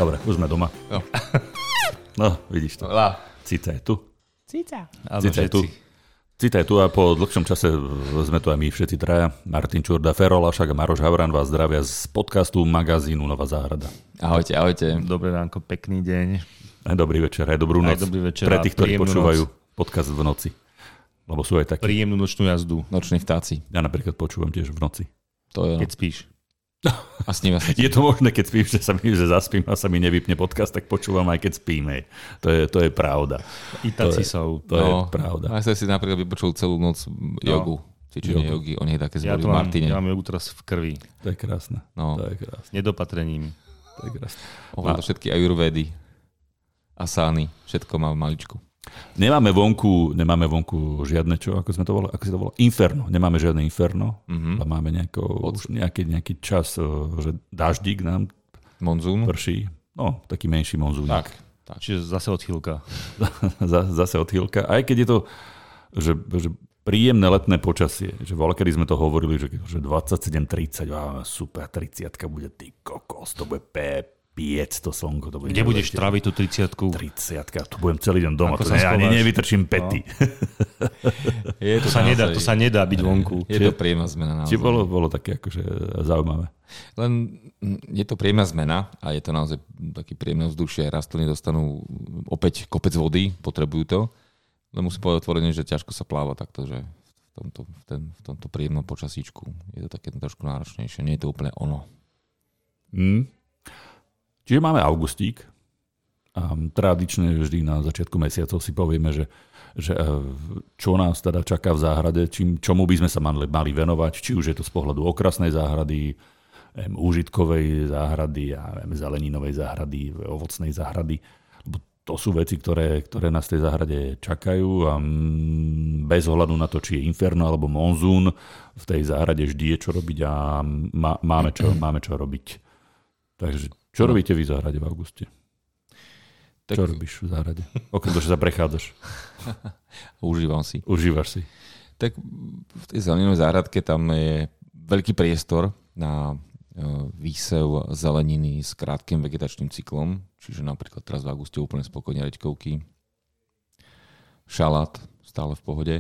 Dobre, už sme doma. No, No, vidíš to. Cica je tu. Cica Je tu. Cita je tu a po dlhšom čase sme tu aj my všetci traja. Martin Čurda, Fero Lašák a Maroš Havran vás zdravia z podcastu magazínu Nová záhrada. Ahojte, ahojte. Dobré ránko, pekný deň. Aj dobrý večer, aj dobrú noc. Aj dobrý večer pre tých, ktorí počúvajú noc. Podcast v noci. Lebo sú aj takí. Príjemnú nočnú jazdu. Noční vtáci. Ja napríklad počúvam tiež v noci. To je, Keď spíš. a sníva sa. Je to možné, keď spím, že zaspím a sa mi nevypne podcast, tak počúvam aj keď spím. Hej. To je pravda. Itáci sú. To je pravda. Ja som si napríklad vypočul celú noc jogu. Cvičenie jogy. Oni také Ja zvolili to v mám, Martine. ja mám jogu teraz v krvi. To je krásne. No. To je krásne. Nedopatrením. To je krásne. Hovorím to všetky ajurvédy. Asány. Všetko má v maličku. Nemáme vonku žiadne čo, ako si to volalo? Inferno. Nemáme žiadne inferno. A máme už nejaký čas, že daždík nám Monzún. prší. No, taký menší monzúnik. Tak. Čiže zase odchýlka. Zase odchýlka. Aj keď je to že príjemné letné počasie. Že voľakedy sme to hovorili, že 27-30, super, 30 bude ty kokos, to bude piec to slnko. To bude Kde budeš traviť tú 30-ku? 30, tu budem celý deň doma, Ako to sa ani schováš? nevytrčím pety. To sa nedá byť vonku. Je to príjemná zmena naozaj. Či bolo také akože zaujímavé. Len je to príjemná zmena a je to naozaj taký príjemné vzdušie. Rastliny dostanú opäť kopec vody, potrebujú to. Len musím povedať otvorene, že ťažko sa pláva takto, že v tomto príjemnom počasíčku je to také trošku náročnejšie. Nie je to úplne ono. Čiže máme augustík a tradične vždy na začiatku mesiacov si povieme, že čo nás teda čaká v záhrade, čomu by sme sa mali venovať, či už je to z pohľadu okrasnej záhrady, úžitkovej záhrady, zeleninovej záhrady, ovocnej záhrady. To sú veci, ktoré nás v tej záhrade čakajú a bez ohľadu na to, či je inferno alebo monzún, v tej záhrade vždy je čo robiť a máme čo robiť. Takže čo robíte vy v záhrade v auguste? Čo robíš v záhrade? Okrem toho, že sa prechádzaš. Užívaš si. Tak v tej zeleninovej záhradke tam je veľký priestor na výsev zeleniny s krátkym vegetačným cyklom, čiže napríklad teraz v auguste úplne spokojne reďkovky, šalát stále v pohode.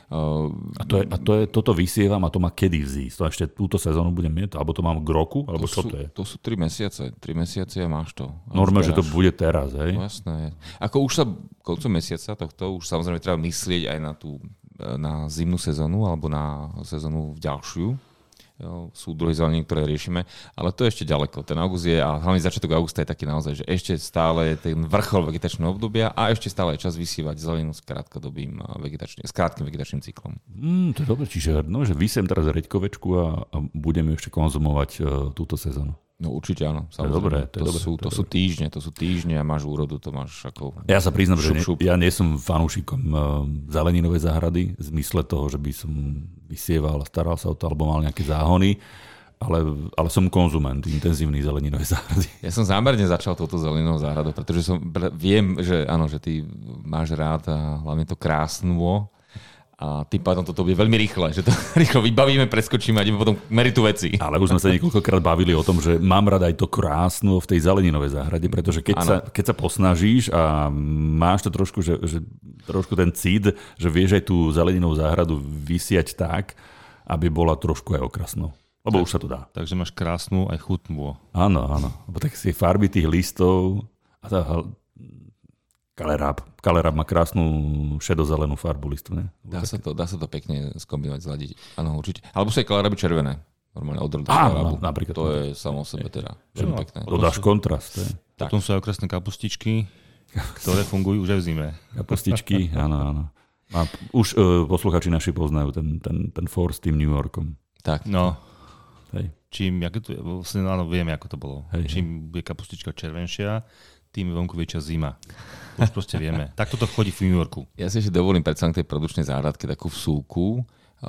Toto vysievam a to má kedy vzísť? To ešte túto sezónu budem mieť? Alebo to mám k roku? Alebo čo to je? To sú 3 mesiace. 3 mesiace a máš to. Normálne, že to bude teraz, hej? No, jasné. Ako už sa koncom mesiaca tohto, už samozrejme treba myslieť aj na zimnú sezónu alebo na sezónu v ďalšiu. Sú druhy zeleniny, ktoré riešime, ale to je ešte ďaleko. Ten august je, a hlavne začiatok augusta je taký naozaj, že ešte stále je ten vrchol vegetačného obdobia a ešte stále je čas vysievať zeleninu s krátkým vegetačným cyklom. To je dobre, čiže že vysiem teraz reďkovečku a budem ju ešte konzumovať túto sezónu. No určite áno, To samozrejme. je dobré. To sú týždne a máš úrodu, to máš ako... Ja sa priznám, že šup. ja nie som fanúšikom zeleninovej záhrady, v zmysle toho, že by som vysieval a staral sa o to, alebo mal nejaké záhony, ale som konzument intenzívnej zeleninovej záhrady. Ja som zámerne začal touto zeleninovou záhradou, pretože viem, že áno, že ty máš rád a hlavne to krásnuvo. A tým pádom toto bude veľmi rýchle, že to rýchlo vybavíme, preskočíme a ideme potom meritu veci. Ale už sme sa niekoľkokrát bavili o tom, že mám rada aj to krásnu v tej zeleninovej záhrade, pretože keď sa posnažíš a máš to trošku, že trošku ten cít, že vieš aj tú zeleninovú záhradu vysiať tak, aby bola trošku aj okrasnou. Lebo už sa to dá. Takže máš krásnu aj chutnú. Áno. Lebo tak si farby tých listov a Kaleráb má krásnu šedozelenú farbu listu, ne? Dá sa to pekne skombinovať, zladiť. Áno, určite. Alebo sú aj kaleráby červené. Normálne odrod do kalerábu. Napríklad. To je samo o sebe teda veľmi pekné. Dodáš kontrast. Potom sú aj okrasné kapustičky, ktoré fungujú už aj v zime. Kapustičky, áno. A už posluchači naši poznajú ten for s tým New Yorkom. Tak. No. Hej. Áno, vieme, ako to bolo. Čím bude kapustička červenšia, tým je vonku väčšia zima. To už proste vieme. Takto to chodí v New Yorku. Ja si ešte dovolím predsa tej produkčnej záhradke takú vsúku.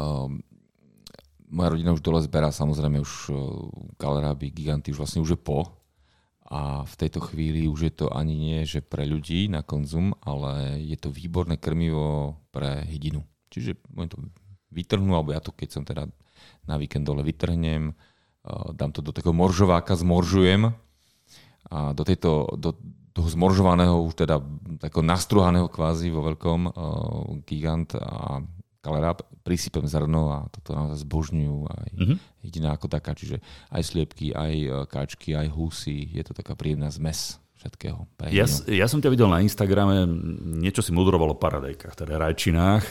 Moja rodina už dole zberá samozrejme už kaleráby, giganty, už vlastne už je po. A v tejto chvíli už je to ani nie, že pre ľudí na konzum, ale je to výborné krmivo pre hydinu. Čiže oni to vytrhnú, alebo ja to keď som teda na víkend dole vytrhnem, dám to do takého moržováka, zmoržujem A do toho zmoržovaného, už teda takého nastruhaného kvázi vo veľkom Gigant a Kalerab prisypem zrno a toto naozaj zbožňujú aj jediná ako taká, čiže aj sliepky, aj kačky, aj husy, je to taká príjemná zmes všetkého. Ja som ťa videl na Instagrame, niečo si mudrovalo o paradajkách, teda rajčinách,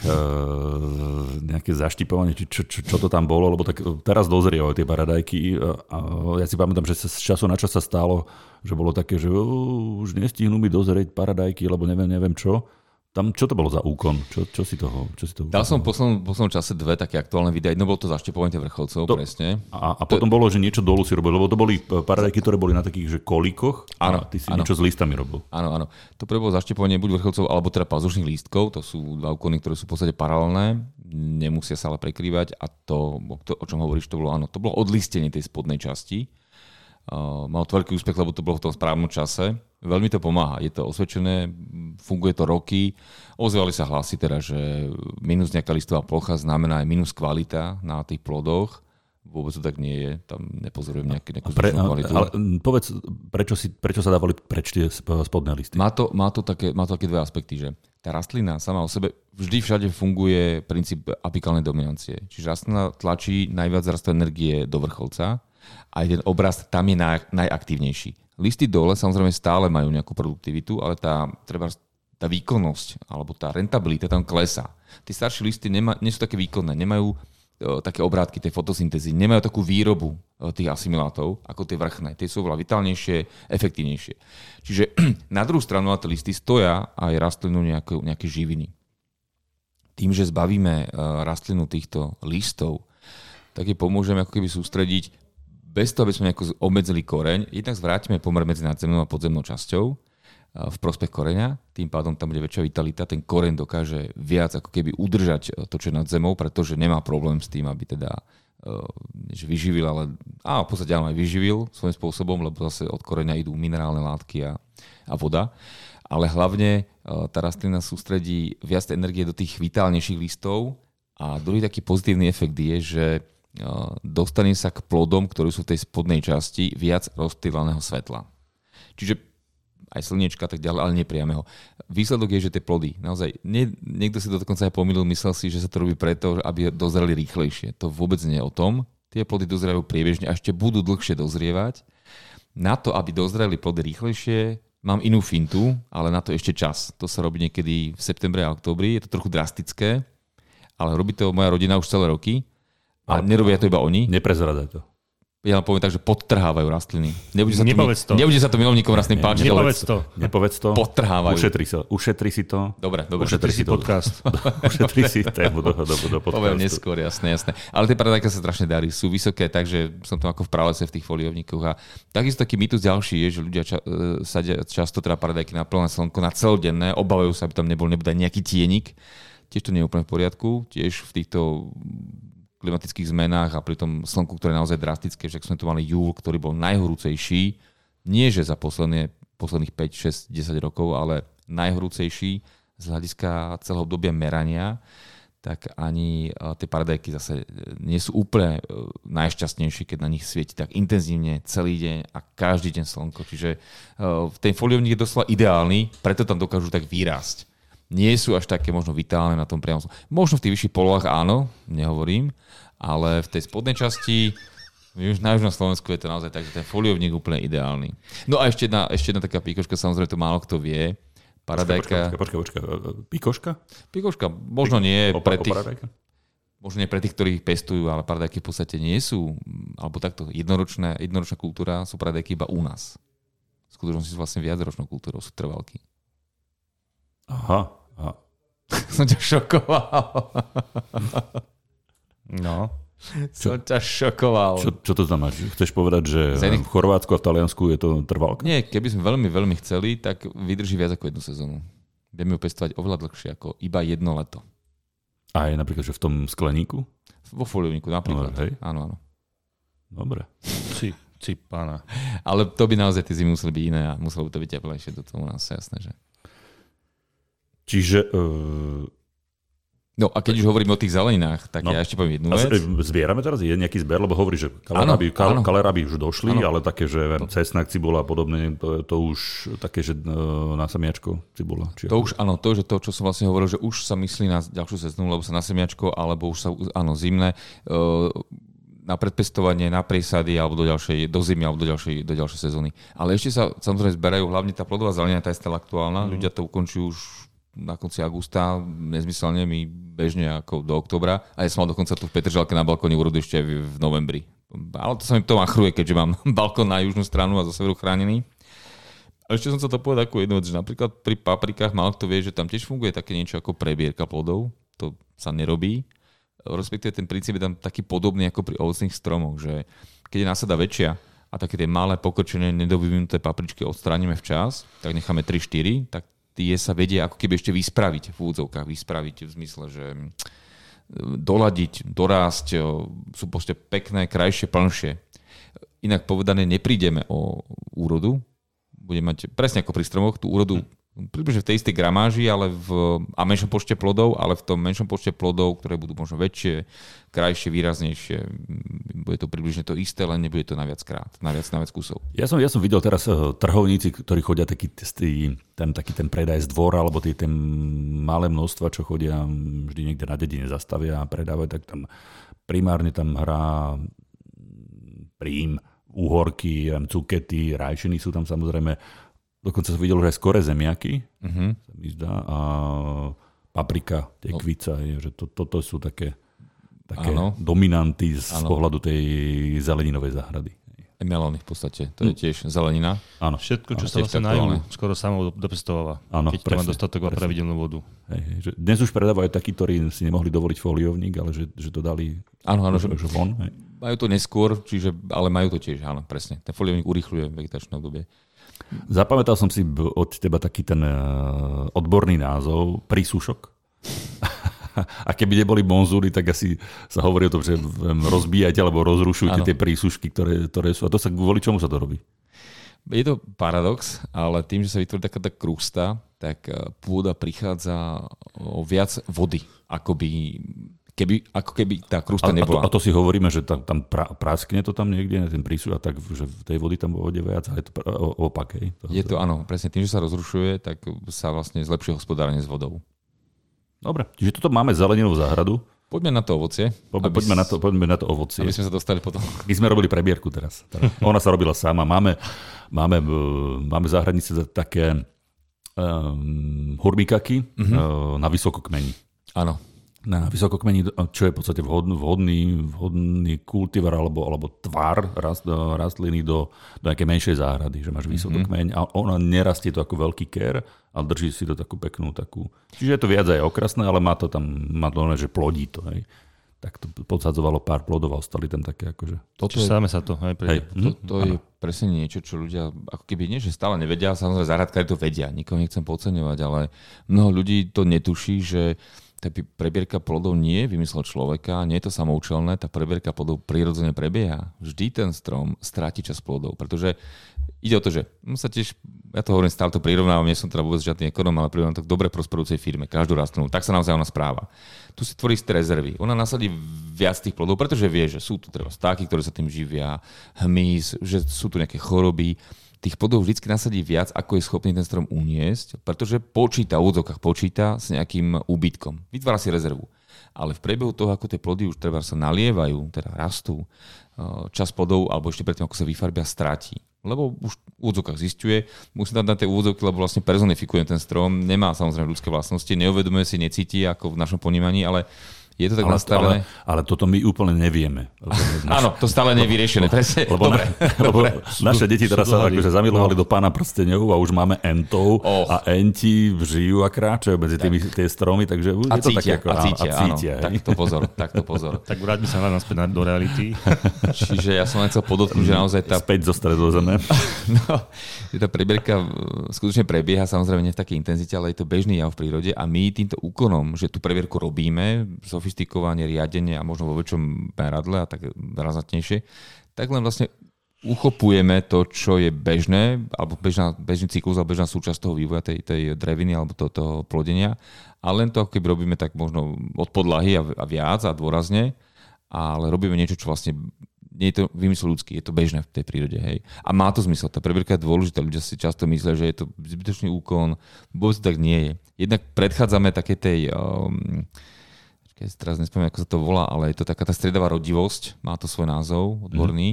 nejaké zaštipovanie, čo to tam bolo, lebo tak teraz dozrievajú tie paradajky. Ja si pamätám, že z času na čas sa stalo, že bolo také, že už nestihnú mi dozrieť paradajky, lebo neviem čo. Tam, čo to bolo za úkon? Čo si toho? Dal som v poslednom čase 2 také aktuálne videá. Jedno bolo to zaštepovanie vrcholcov, presne. A potom bolo, že niečo dolu si robil, lebo to boli paradajky, ktoré boli na takých, že kolíkoch. Áno, a ty si niečo s listami robil. Áno. To prvé bolo zaštepovanie buď vrcholcov, alebo teda pazušných lístkov. To sú 2 úkony, ktoré sú v podstate paralelné. Nemusia sa ale prekrývať. A to, o čom hovoríš, to bolo odlistenie tej spodnej časti. Mal to veľký úspech, lebo to bolo v tom správnom čase. Veľmi to pomáha, je to osvedčené, funguje to roky. Ozvali sa hlasy teda, že minus nejaká listová plocha znamená aj minus kvalita na tých plodoch. Vôbec to tak nie je, tam nepozorujem nejakú zvyšnú kvalitu. Ale povedz, prečo sa dávali preč tie spodné listy? Má to také 2 aspekty, že tá rastlina sama o sebe vždy všade funguje princíp apikálnej dominancie. Čiže rastlina tlačí najviac rastu energie do vrcholca a ten obrast tam je najaktívnejší. Listy dole samozrejme stále majú nejakú produktivitu, ale tá výkonnosť alebo tá rentabilita tam klesá. Tie staršie listy nie sú také výkonné, nemajú také obrátky tej fotosyntézy, nemajú takú výrobu tých asimilátov ako tie vrchné. Tie sú oveľa vitálnejšie, efektívnejšie. Čiže na druhú stranu na tie listy stoja aj rastlinu nejaké živiny. Tým, že zbavíme rastlinu týchto listov, tak je pomôžeme ako keby sústrediť bez toho, aby sme nejako obmedzili koreň, jednak zvrátime pomer medzi nadzemnou a podzemnou časťou v prospech koreňa, tým pádom tam bude väčšia vitalita, ten koreň dokáže viac ako keby udržať to, čo je nad zemou, pretože nemá problém s tým, aby teda že vyživil, ale v podstate aj vyživil svojím spôsobom, lebo zase od koreňa idú minerálne látky a voda. Ale hlavne tá rastlina sústredí viac energie do tých vitálnejších listov a druhý taký pozitívny efekt je, že dostane sa k plodom, ktorí sú v tej spodnej časti viac rozptýleného svetla. Čiže aj slniečka tak ďalej, ale nepriameho. Výsledok je, že tie plody, naozaj, niekto si to dokonca aj pomýlil, myslel si, že sa to robí preto, aby dozreli rýchlejšie. To vôbec nie je o tom. Tie plody dozrievajú priebežne a ešte budú dlhšie dozrievať. Na to, aby dozreli plody rýchlejšie, mám inú fintu, ale na to ešte čas. To sa robí niekedy v septembri a októbri, je to trochu drastické, ale robí to moja rodina už celé roky. A nerobia to iba oni. Neprezradaj to. Ja vám poviem tak, že podtrhávajú rastliny. Nebude sa to milovníkom rastlín páčiť. Nepovedz to. Podtrhávajú. Ušetri si to. Dobre. Ušetri si podcast. Ušetri si tému do podcastu. Poviem neskôr, jasné. Ale tie paradajka sa strašne darí. Sú vysoké, takže som tam ako v pralese v tých foliovníkoch. A takisto taký mýtus ďalší je, že ľudia sadia často teda paradajky na plné slnko, na celodenné, obávajú sa, aby tam nebude nejaký tienik. Tiež to nie je úplne v poriadku. Tiež v týchto klimatických zmenách a pri tom slnku, ktoré je naozaj drastické, že sme tu mali júl, ktorý bol najhorúcejší, nie že za posledných 5, 6, 10 rokov, ale najhorúcejší z hľadiska celého obdobia merania, tak ani tie paradajky zase nie sú úplne najšťastnejšie, keď na nich svieti tak intenzívne celý deň a každý deň slnko. Čiže ten foliovník je doslova ideálny, preto tam dokážu tak vyrásť. Nie sú až také možno vitálne na tom priamo. Možno v tých vyšších polohách áno, nehovorím, ale v tej spodnej časti na južnom Slovensku je to naozaj tak, že ten foliovník je úplne ideálny. No a ešte jedna taká pikoška, samozrejme to málo kto vie. Paradajka. Počkaj. Pikoška? Pikoška, možno nie možno nie pre tých, ktorí pestujú, ale paradajky v podstate nie sú, alebo takto jednoročná kultúra, sú paradajky iba u nás. V skutočnosti sú vlastne viacročnou kultúrou, sú trvalky. Aha. Som ťa šokoval. No. Som ťa šokoval. Čo to znamená? Chceš povedať, že v Chorvátsku a v Taliansku je to trvalka? Nie, keby sme veľmi, veľmi chceli, tak vydrží viac ako jednu sezónu. Vieme ju pestovať oveľa dlhšie ako iba jedno leto. A je napríklad, že v tom skleníku? Vo foliovníku napríklad. No, áno. Dobre. Si pána. Ale to by naozaj tie zimy museli byť iné a muselo by to byť teplejšie do toho u nás, jasné, že... Čiže... No a keď už hovorím o tých zeleninách, tak ja ešte poviem jednu vec. Zbierame teraz? Je nejaký zber? Lebo hovorí, že kaleráby už došli, ale také, že cesnak, cibula a podobne, to už také, že na semiačko cibula. To už, áno, to, že to, čo som vlastne hovoril, že už sa myslí na ďalšiu sezónu, lebo sa na semiačko, alebo už sa, áno, zimné, na predpestovanie, na prísady, alebo do zimy, alebo do ďalšej sezóny. Ale ešte sa samozrejme zberajú hlavne tá plodová zelenina, tá je stále aktuálna. Ľudia to ukončujú už na konci augusta, nezmyselne, my bežne ako do októbra. A ja som mal dokonca tu v Petržalke na balkóne úrodu ešte v novembri. Ale to sa mi to machruje, keďže mám balkón na južnú stranu a zo severu chránený. A ešte som sa to povedal ako jednu vec, že napríklad pri paprikách málo kto vie, že tam tiež funguje také niečo ako prebierka plodov. To sa nerobí. Respektíve ten princíp je tam taký podobný ako pri ovocných stromoch, že keď je násada väčšia a také tie malé pokrčené, nedovyvinuté papričky odstránime včas, tak necháme 3-4, tak tie sa vedia ako keby ešte vyspraviť v úvodzovkách, v zmysle, že doladiť, dorásť, sú proste pekné, krajšie, plnšie. Inak povedané, neprídeme o úrodu, budeme mať presne ako pri stromoch tú úrodu približne v tej istej gramáži, ale a menšom počte plodov, ale v tom menšom počte plodov, ktoré budú možno väčšie, krajšie, výraznejšie. Bude to približne to isté, len nebude to na viac krát, na viac kusov. Ja som videl teraz trhovníci, ktorí chodia taký ten predaj z dvora, alebo tie malé množstva, čo chodia vždy niekde na dedine zastavia a predávajú, tak tam primárne tam hrá prím, úhorky, cukety, rajčiny sú tam samozrejme. Dokonca som videl už aj skore zemiaky, sa mi zdá, a paprika, tekvica, že toto sú také dominanty z pohľadu tej zeleninovej záhrady. Melóny v podstate, to je tiež zelenina. Áno. Všetko, čo sa vlastne na juhu skoro samo dopestováva, keď to má dostatok a pravidelnú vodu. Že dnes už predávajú takí, ktorí si nemohli dovoliť foliovník, ale že to dali že von. Majú to neskôr, ale majú to tiež, áno, presne. Ten foliovník urýchľuje vegetačné obdobie. Zapamätal som si od teba taký ten odborný názov, prísúšok. A keby neboli monzúry, tak asi sa hovorí o tom, že rozbíjate alebo rozrušujete tie prísúšky, ktoré sú. A to sa kvôli čomu sa to robí? Je to paradox, ale tým, že sa vytvorí taká tá krústa, tak pôda prichádza o viac vody, ako keby tá krústa nebola. A to si hovoríme, že tam praskne to tam niekde, ten prísúšok, tak že v tej vody tam bude viac, ale je to opak. Je to, áno, presne tým, že sa rozrušuje, tak sa vlastne zlepšuje hospodárenie s vodou. Dobre, čiže toto máme zeleninovú záhradu. Poďme na to ovocie. Poďme na to ovocie. Aby sme sa dostali potom. My sme robili prebierku teraz. Ona sa robila sama. Máme záhradnice také hurmikaky na vysokokmeni. Áno. Na vysokokmeni, čo je v podstate vhodný kultivar alebo tvar rastliny do nejakej menšej záhrady, že máš vysokokmeň a ona nerastie to ako veľký kér, ale drží si to takú peknú takú. Čiže je to viac aj okrasné, ale má to že plodí to. Hej. Tak to podsadzovalo pár plodov a ostali tam také akože. Časáme sa to. To je presne niečo, čo ľudia ako keby nie, že stále nevedia, samozrejme záhradkári to vedia, nikoho nechcem podceňovať, ale mnoho ľudí to netuší, že tá prebierka plodov nie je vymysel človeka, nie je to samoučelné, tá prebierka plodov prirodzene prebieha. Vždy ten strom stráti čas plodov, pretože ide o to, že ja to hovorím, stále to prirovnávam, nie som teda vôbec žiadny ekonom, ale prirovnávam to k dobre prosperujúcej firme, každú rastlinu, tak sa naozaj ona správa. Tu si tvorí isté rezervy. Ona nasadí viac tých plodov, pretože vie, že sú tu treba stáky, ktoré sa tým živia, hmyz, že sú tu nejaké choroby. Tých plodov vždy nasadí viac, ako je schopný ten strom uniesť, pretože počíta s nejakým úbytkom. Vytvára si rezervu. Ale v priebehu toho, ako tie plody už treba sa nalievajú, teda rastú, čas plodov, alebo ešte predtým, ako sa vyfarbia, stratí. Lebo už v úvodzovkách zisťuje, musí tam dať tie úvodzovky, lebo vlastne personifikuje ten strom, nemá samozrejme ľudské vlastnosti, neuvedomuje si, necíti, ako v našom ponímaní, ale je to tak nastavené. Ale toto my úplne nevieme. Áno, to stále nie je vyriešené. Presne. Lebo naše deti teraz sa akože zamilovali do Pána prstenov a už máme entov a enti žijú a kráčajú medzi tie stromy, takže je to také ako... A cítia. Takto pozor. Tak vráťme sa naspäť do reality. Čiže ja som len chcel podotknúť, že naozaj tá... Späť zo Stredozeme. Tá prebierka skutočne prebieha, samozrejme nie v takej intenzite, ale je to bežný jav v prírode a my týmto úkonom, že tú prebierku robíme, sofistikovanie, riadenie a možno vo väčšom meradle a tak razantnejšie, tak len vlastne uchopujeme to, čo je bežné, alebo bežný cyklus, alebo bežná súčasť toho vývoja tej dreviny alebo toho plodenia. A len to, keby robíme tak možno od podlahy a viac a dôrazne, ale robíme niečo, čo vlastne nie je to vymysel ľudský, je to bežné v tej prírode. Hej. A má to zmysel. Tá prebierka je dôležitá. Ľudia si často myslia, že je to zbytočný úkon. Vôbec tak nie je. Jednak predchádzame také tej... teraz nespomínam, ako sa to volá, ale je to taká tá stredová rodivosť. Má to svoj názov odborný.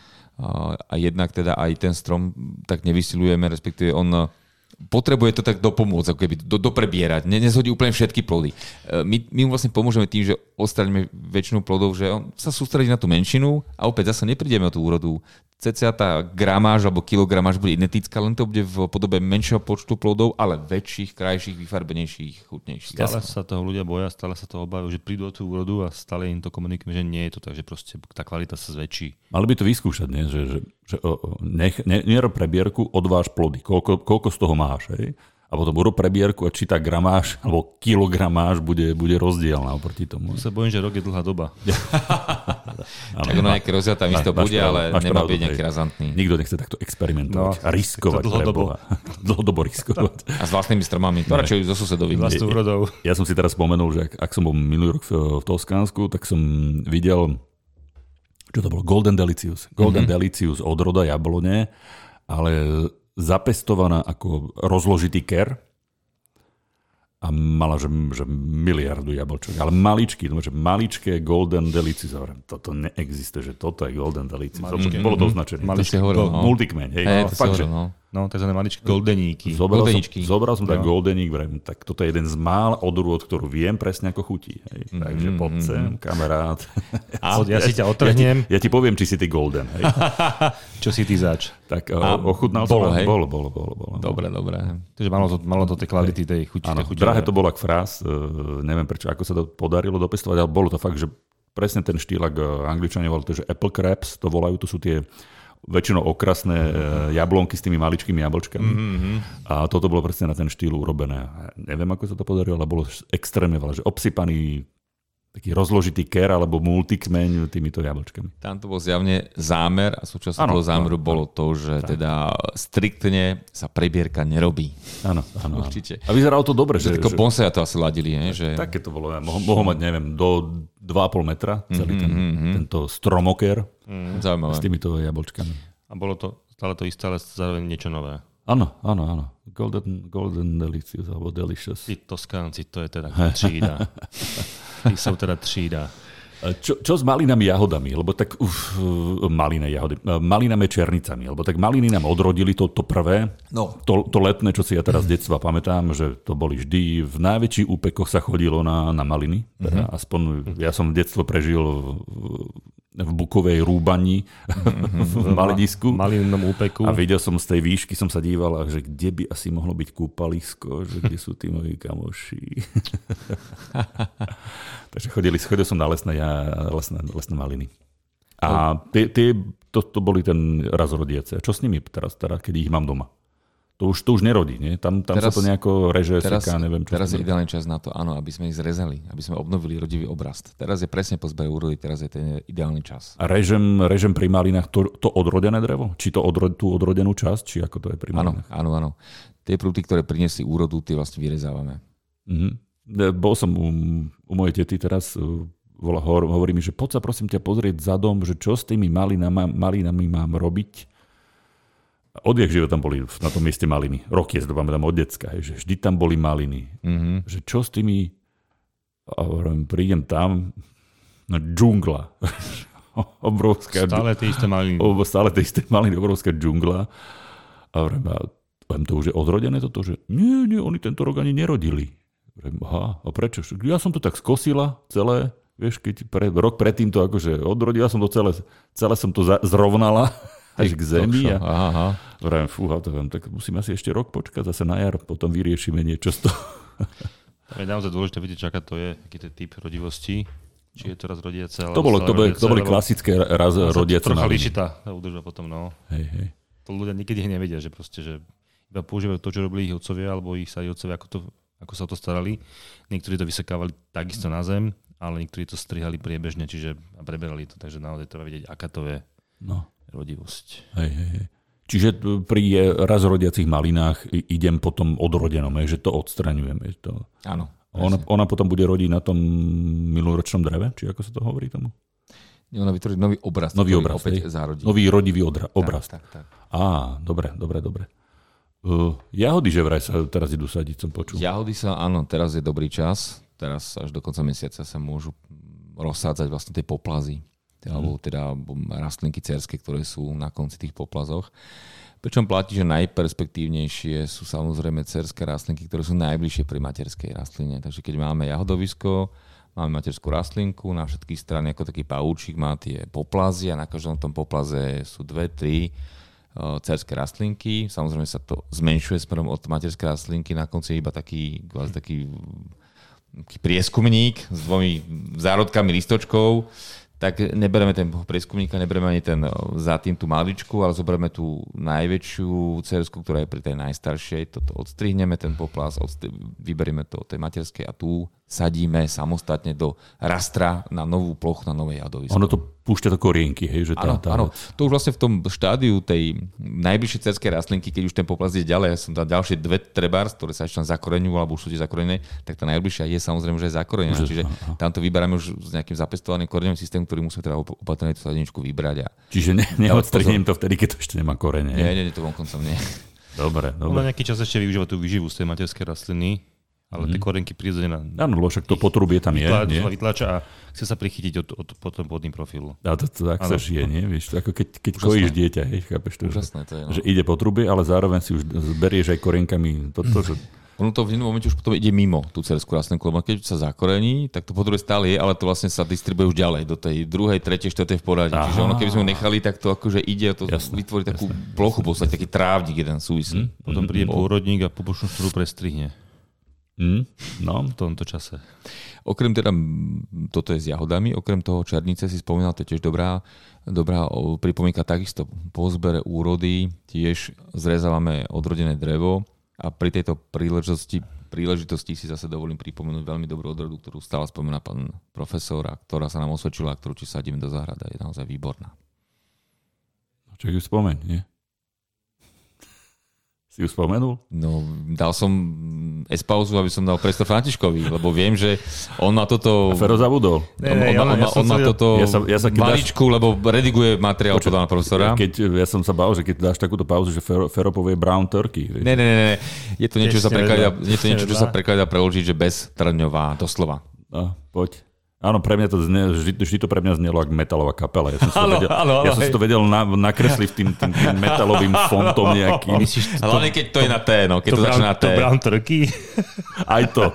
A jednak teda aj ten strom tak nevysilujeme, respektíve on potrebuje to tak dopomôcť, ako keby doprebierať. Nezhodí úplne všetky plody. My mu vlastne pomôžeme tým, že odstraníme väčšinu plodov, že on sa sústredí na tú menšinu a opäť zase neprídeme o tú úrodu. Cca tá gramáž alebo kilogramáž bude identická, len to bude v podobe menšieho počtu plodov, ale väčších, krajších, vyfarbenejších, chutnejších. Stále sa toho ľudia boja, stále sa toho obávajú, že prídu o tú úrodu a stále im to komunikujeme, že nie je to tak, že proste tá kvalita sa zväčší. Mali by to vyskúšať, nie? Že nerob prebierku, odváž plody. Koľko z toho máš, hej? A potom urob prebierku a či tá gramáž alebo kilogramáž bude rozdielna oproti tomu. Ja sa bojím, že rok je dlhá doba. Tak ono nejaké rozdielta místo bude, ale nemá byť nejaký razantný. Nikto nechce takto experimentovať a riskovať. Dlhodobo riskovať. A s vlastnými stromami. To radšej so susedovými. Vlastnou úrodou. Ja som si teraz spomenul, že ak som bol minulý rok v Toskánsku, tak som videl, čo to bolo, Golden Delicious. Golden Delicious odroda jablone, ale zapestovaná ako rozložitý ker a mala, že miliardu jablčok. Ale maličké Golden Delicious. Toto neexistuje, že toto je Golden Delicious. Bolo to označené. Maličké hovoril, no. Multikmeň. Hej, fakt, že... No, tzv. Maličké goldeníky. Zobral som tak goldeník, tak toto je jeden z mál odrôd, ktorú viem presne ako chutí. Hej. Takže poď sem, kamarát. Ja si ťa otrhnem. Ja ti poviem, či si ty golden. Hej. Čo si ty zač? Tak ochutnal som. Bolo. Dobre. Takže malo to tej kvality, tej chuti. Drahé to bolo ako frás. Neviem prečo, ako sa to podarilo dopestovať, ale bolo to fakt, že presne ten štýl, ak Angličania volajú to, že apple crabs, to volajú, to sú tie väčšinou okrasné jablonky s tými maličkými jablčkami. A toto bolo presne na ten štýl urobené. Neviem, ako sa to podarilo, ale bolo extrémne veľa, že obsypaný taký rozložitý ker alebo multikmeň týmito jablčkami. Tam to bol zjavne zámer a súčasťou toho zámeru bolo to, že teda striktne sa prebierka nerobí. Áno. Určite. A vyzeralo to dobre. Že bonsaja to asi ladili. Že... Také to bolo. Mohol mať, neviem, do 2,5 metra celý tento stromoker s týmito jablčkami. A bolo to stále to isté, ale zároveň niečo nové. Áno. Golden Delicious alebo Delicious. Tí Toskánci, to je teda třída. Tí sú teda třída. Čo s malinami jahodami? Lebo tak malinami černicami. Lebo tak maliny nám odrodili to prvé. No. To letné, čo si ja teraz z detstva pamätám, že to boli vždy v najväčších úpekoch sa chodilo na maliny. Teda aspoň ja som v detstvo prežil v Bukovej Rúbani v Malinisku. Malinom úpeku. A videl som z tej výšky, som sa díval, že kde by asi mohlo byť kúpalisko, že kde sú tí moji kamoši. Takže chodil som na lesné maliny. A to boli ten raz rodiace. A čo s nimi teraz, keď ich mám doma? To už nerodí, nie? Tam teraz, sa to nejako reže, seká, neviem čo. Teraz je ideálny čas na to, áno, aby sme ich zrezali, aby sme obnovili rodivý obrast. Teraz je presne po zbere úrody, teraz je ten ideálny čas. A režem pri malinách to odrodené drevo? Či tú odrodenú časť? Či ako to je pri malinách? Áno. Tie prúty, ktoré priniesli úrodu, tie vlastne vyrezávame. Bol som u mojej tety teraz, hovorí mi, že poď sa prosím ťa pozrieť za dom, že čo s tými malinami mám robiť. Odjak živo tam boli na tom mieste maliny. Roky sa to pamätám od decka, že vždy tam boli maliny. Že čo s tými... A prídem tam, džungla. Obrovská... Stále tie isté maliny. Obrovská džungla. A to už je odrodené toto, že nie, oni tento rok ani nerodili. Aha, a prečo? Ja som to tak skosila celé, vieš, keď rok predtým to akože odrodila som to celé som to zrovnala až k zemi a vrajím, tak musím asi ešte rok počkať, zase na jar, potom vyriešime niečo z toho. To je naozaj dôležité vidieť, čo aká to je, aký to je typ rodivosti, či je to raz rodiace. To boli klasické raz rodiace. Trocha lišitá údržba potom, no. Hej. To ľudia nikdy nevedia, že proste, že iba používajú to, čo robili ich otcovia, alebo ich starí otcovia, ako sa o to starali. Niektorí to vysekávali takisto na zem, ale niektorí to strihali priebežne, čiže a preberali to, takže naozaj treba vedieť, aká to je rodivosť. Hej. Čiže pri raz rodiacich malinách idem potom odrodenom, že to odstraňujem. To... Áno. Ona potom bude rodiť na tom minuloročnom dreve? Či ako sa to hovorí tomu? Ona vytvorí nový obraz. Nový obraz, opäť zarodí. Nový rodivý obraz. Tak. Dobre. Jahody, že vraj sa teraz idú sadiť, som počul. Jahody sa, áno, teraz je dobrý čas. Teraz až do konca mesiaca sa môžu rozsádzať vlastne tie poplazy. Alebo teda rastlinky cerské, ktoré sú na konci tých poplazoch. Pričom platí, že najperspektívnejšie sú samozrejme cerské rastlinky, ktoré sú najbližšie pri materskej rastline. Takže keď máme jahodovisko, máme materskú rastlinku, na všetkých strany ako taký pavúčik má tie poplazy a na každom tom poplaze sú 2-3 cerské rastlinky. Samozrejme sa to zmenšuje smerom od materskej rastlinky, na konci je iba taký prieskumník s 2 zárodkami listočkov. Tak nebereme ten prieskumníka, nebereme ani ten za tým tú maličku, ale zoberieme tú najväčšiu cersku, ktorá je pri tej najstaršej. Toto odstrihneme ten poplas, vyberieme to od tej materskej a tu sadíme samostatne do rastra na novú plochu, na nové jadovisko. Ono to púšťa do korienky, hej? Že áno. To už vlastne v tom štádiu tej najbližšej cerskej rastlinky, keď už ten poplas je ďalej, ja som dal ďalšie 2 trebárs, ktoré sa ešte zakoreňujú, alebo už sú tie zakorenené, tak tá najbližšia je samozrejme, že je zakorenená. Čiže tam to vyberáme už s nejakým zapestovaným koreňovým systémom, ktorý musíme teda opatrne tú sadeničku vybrať. Čiže neodstrihnem to vtedy, keď to ešte nemá korene. Nie, to vonkoncom nie. Dobre. Na nejaký čas ešte využíva tú výživu z tej materskej rastliny. Ale tie korenky prirodzene áno, lebo však to potrubie tam je. Vytláča a chce sa prichytiť od potom vodným profilu. A to tak sa žije, nie? Vieš, ako keď kojíš dieťa, hej, chápeš to? Úžasné to je. No. Že ide po trubie, ale zároveň si už berieš aj korenkami. Ono to v jednom momente už potom ide mimo tú cerskú rastlinku, lebo keď sa zakorení, tak to potrubie stále je, ale to vlastne sa distribuje už ďalej do tej 2., 3., 4. v poradí. Čiže ono keby sme ho nechali, tak to akože ide, to vytvorí takú plochu, v podstate taký trávnik jeden súvislý. Potom príde pôrodník a pobočnú štruhu prestrihne. No, v tomto čase. Okrem teda, toto je s jahodami, okrem toho černice si spomínal, to je tiež dobrá pripomienka, takisto po zbere úrody tiež zrezávame odrodené drevo a pri tejto príležitosti si zase dovolím pripomenúť veľmi dobrú odrodu, ktorú stále spomína pán profesor a ktorá sa nám osvedčila, ktorú či sadíme do záhrady, je naozaj výborná. Čo ju spomeň, nie? Si ju spomenul? No, dal som pauzu, aby som dal priestor Františkovi, lebo viem, že on má toto... A Fero zabudol. On má toto maličku, lebo rediguje materiál od pána profesora. Ja som sa bál, že keď dáš takúto pauzu, že Fero povie brown turkey. Vieš? Ne. Je to niečo, čo sa prekladá preložiť, že beztrňová, doslova. No, poď. Áno, pre mňa to vždy to pre mňa znelo ako metalová kapela. Ja som si to vedel nakresliť tým metalovým fontom nejakým. Hlavne keď to je na T, no, keď to začne na T. To brown turkey? Aj to.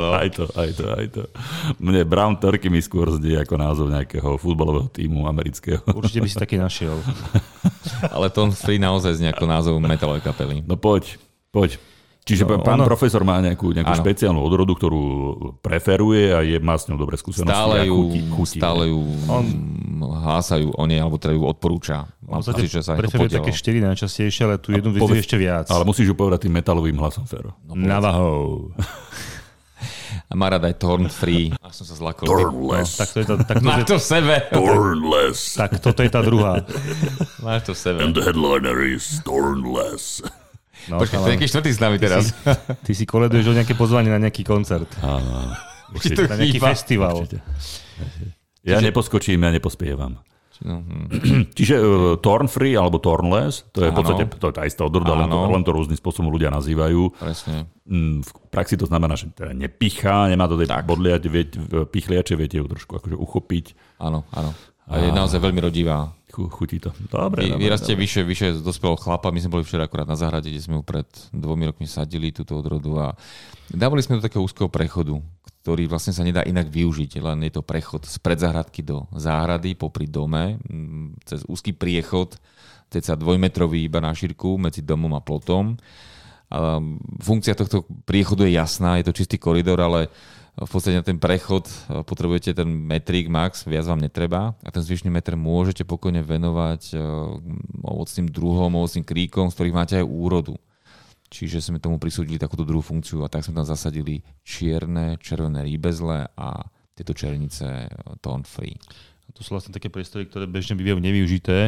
Mne brown turkey mi skôr zdie ako názov nejakého futbalového tímu amerického. Určite by si taký našiel. Ale Tom Free naozaj znie ako názov metalovej kapely. No poď. Čiže pán profesor má nejakú špeciálnu odrodu, ktorú preferuje a má s ňou dobré skúsenosti. Stále ju hlásajú o nej, alebo teda ju odporúča. Preferuje také 4 najčastejšie, ale tu jednu vyzdvihuje ešte viac. Ale musíš ju povedať tým metalovým hlasom, Fero. Navahou. A má rád aj Thorn Free. A som sa zlakol. Thornless. Máš to v sebe. Thornless. Tak toto je tá druhá. Máš to v sebe. And the headliner is Thornless. No, počkaj, to je nejaký štvrtý s nami teraz. Ty si koleduješ o nejaké pozvanie na nejaký koncert. Áno. Na nejaký festival. Ja neposkočím, ja nepospievam. Čiže Thorn Free alebo Thornless, to je v podstate to je tá istá odroda, len to rôznym spôsobom ľudia nazývajú. Presne. V praxi to znamená, že teda nepichá, nemá to bodliať, pichliače, viete ju trošku akože uchopiť. Áno. A je naozaj veľmi rodivá. Chutí to. Dobre. Vyrastie vyššie dospelého chlapa. My sme boli včera akurát na záhrade, kde sme ju pred 2 rokmi sadili túto odrodu a dávali sme do takého úzkeho prechodu, ktorý vlastne sa nedá inak využiť. Len je to prechod z predzáhradky do záhrady popri dome, cez úzky priechod, cca 2-metrový iba na šírku medzi domom a plotom. A funkcia tohto priechodu je jasná, je to čistý koridor, ale v podstate na ten prechod potrebujete ten metrík max, viac vám netreba a ten zvyšný meter môžete pokojne venovať ovocným druhom, ovocným kríkom, z ktorých máte aj úrodu. Čiže sme tomu prisúdili takúto druhú funkciu a tak sme tam zasadili čierne, červené rýbezle a tieto černice Thorn Free. To sú vlastne také priestory, ktoré bežne bývajú nevyužité a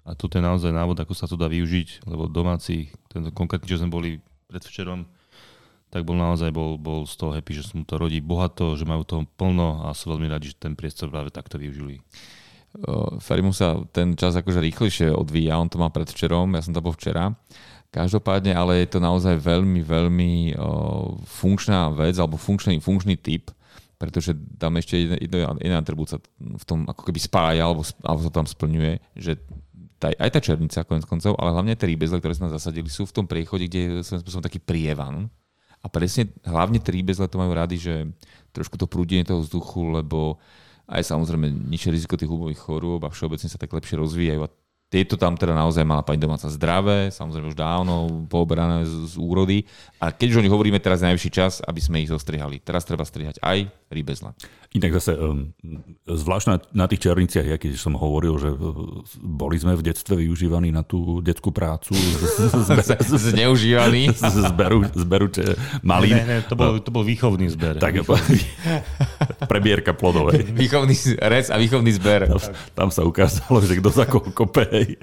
A toto je naozaj návod, ako sa to dá využiť, lebo domáci, tento konkrétne, čo sme boli predvčerom, tak bol naozaj bol z toho happy, že som to rodí bohato, že majú toho plno a sú veľmi radi, že ten priestor práve takto využili. Ferimu sa ten čas akože rýchlejšie odvíja, on to má predvčerom, ja som to bol včera. Každopádne, ale je to naozaj veľmi, veľmi funkčná vec, alebo funkčný typ, pretože tam ešte jedna atribút sa v tom ako keby spája, alebo sa tam splňuje, že aj tá černica konec koncov, ale hlavne tie rýbezle, ktoré sa nás zasadili, sú v tom priechode, kde je svojím spôsobom taký prievan. A presne, hlavne tie rýbezle to majú rady, že trošku to prúdenie toho vzduchu, lebo aj samozrejme nižšie riziko tých hubových chorôb a všeobecne sa tak lepšie rozvíjajú. A tieto tam teda naozaj mala pani domáca zdravé, samozrejme už dávno pooberané z úrody. A keď už o nich hovoríme, teraz je najvyšší čas, aby sme ich zostrihali. Teraz treba strihať aj rýbezla. Inak zase, zvlášť na tých černiciach, ja keď som hovoril, že boli sme v detstve využívaní na tú detskú prácu. Zneužívaní. Zberu malín. Ne, to bol výchovný zber. Tak, prebierka plodov. Výchovný rez a výchovný zber. Tam sa ukázalo, že kto za koho kope.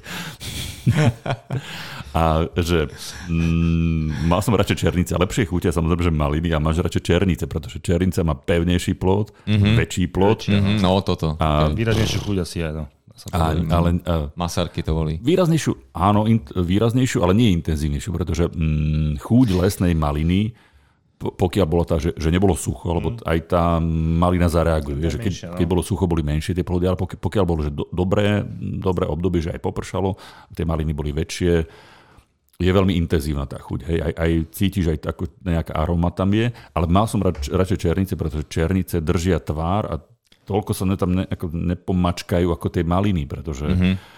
A že mal som radšej černice a lepšie chutia samozrejme, že maliny a máš radšej černice, pretože černica má pevnejší plod, väčší plod. No toto. A výraznejšiu chuť asi aj, no. Masárky to boli. Výraznejšiu, áno, výraznejšiu, ale nie intenzívnejšiu, pretože chuť lesnej maliny, pokiaľ bolo tá, že nebolo sucho, lebo aj tá malina zareaguje. Že keď bolo sucho, boli menšie tie plody, ale pokiaľ bolo že dobré obdobie, že aj popršalo, tie maliny boli väčšie, je veľmi intenzívna tá chuť. Hej. Aj cítiš, aj ako nejaká aroma tam je, ale mal som radšej černice, pretože černice držia tvár a toľko sa tam nepomačkajú ako tie maliny, pretože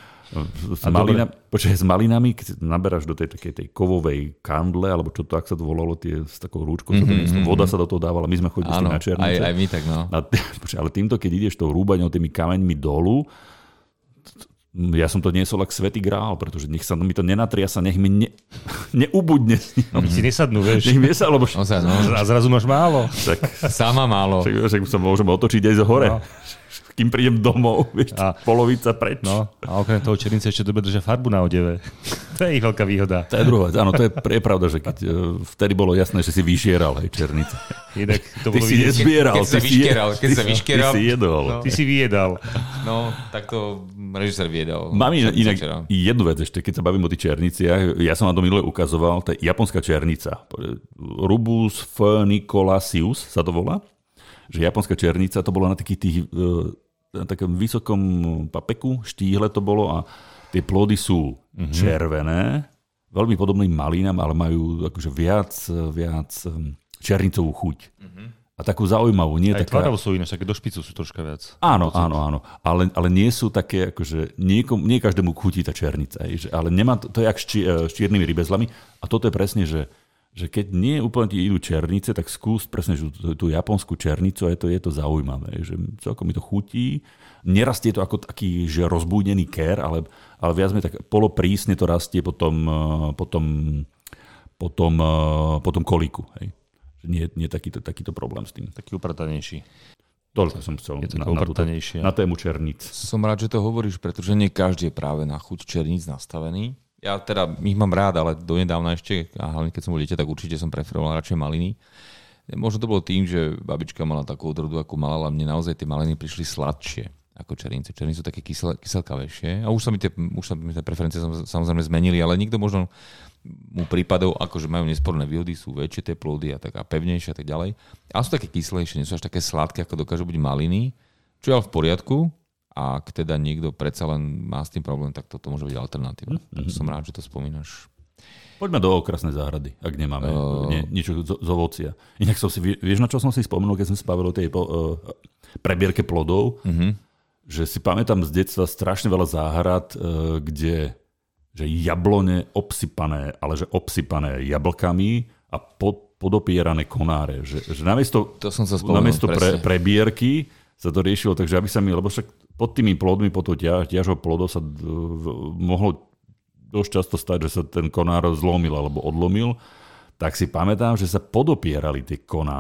s malinami, keď naberáš do tej takej tej kovovej kandle, alebo čo to, ak sa to volalo, s takou rúčkou, voda sa do toho dávala, my sme chodili na černice. Aj my tak, no. Ale týmto, keď ideš tou rúbaňou, tými kameňmi dolu, ja som to niesol ako svätý grál, pretože nech sa mi to nenatriasa, nech mi neubudne. Si nesadnú, vieš. Nech mi sa, lebo... A zrazu máš málo. Tak, sama málo. Však sa môžeme otočiť aj z hore. No. Kým prídem domov, vieš, polovica preč. No, a okrem toho černice ešte dobre držia farbu na odeve. To je ich veľká výhoda. To je druhá vec. Áno, to je pravda, že keď vtedy bolo jasné, že si vyšieral aj černice. Inak to ty si nezbieral. Keď sa vyškeral. Ty si jedol. No. Ty si vyjedal. No, tak to režisér vyjedal. Mám inak jednu vec ešte, keď sa bavím o tých černiciach. Ja som na to minule ukazoval, to je japonská černica. Rubus phoenicolaceus sa to volá. Že japonská černica, to bolo na takých tých na takom vysokom papeku, štíhle to bolo a tie plody sú červené, veľmi podobným malínam, ale majú akože viac černicovú chuť. A takú zaujímavú. Nie aj taká... tvarovo sú ináč, také do špicu sú troška viac. Áno. Ale nie sú také, akože nie každému chutí tá černica. Ale nemá to je jak s čiernymi rybezlami. A toto je presne, že keď nie úplne ti idú černice, tak skús presne tú japonskú černicu a je to zaujímavé. Že celkom mi to chutí. Nerastie to ako taký, že rozbúdený kér, ale viac mi tak poloprísne to rastie po tom kolíku. Hej. Nie takýto problém s tým. Taký upratanejší. Toľko som chcel na tému černíc. Som rád, že to hovoríš, pretože nie každý je práve na chuť černíc nastavený. Ja teda ich mám rád, ale donedávna ešte, a hlavne keď som bol dieťa, tak určite som preferoval radšej maliny. Možno to bolo tým, že babička mala takú odrodu, ako mala, ale mne naozaj tie maliny prišli sladšie ako černice. Černice sú také kyselkavejšie. A už sa mi tie preferencie samozrejme zmenili, ale nikto možno mu prípadov, akože majú nesporné výhody, sú väčšie tie plody a pevnejšie a tak ďalej. Ale sú také kyslejšie, nie sú až také sladké, ako dokážu byť maliny, čo je ale v poriadku. A ak teda niekto predsa len má s tým problém, tak toto môže byť alternatíva. Takže som rád, že to spomínaš. Poďme do okrasnej záhrady, ak nemáme niečo z ovocia. Inak som si, vieš, na čo som si spomenul, keď som si bavil o tej prebierke plodov, že si pamätám z detstva strašne veľa záhrad, kde že jablone obsypané, ale že obsypané jablkami a podopierané konáre. Že namiesto prebierky sa to riešilo, takže aby sa mi, lebo však pod tými plodmi, pod ťažou plodov sa mohlo dosť často stať, že sa ten konár zlomil alebo odlomil, tak si pamätám, že sa podopierali tie konáre.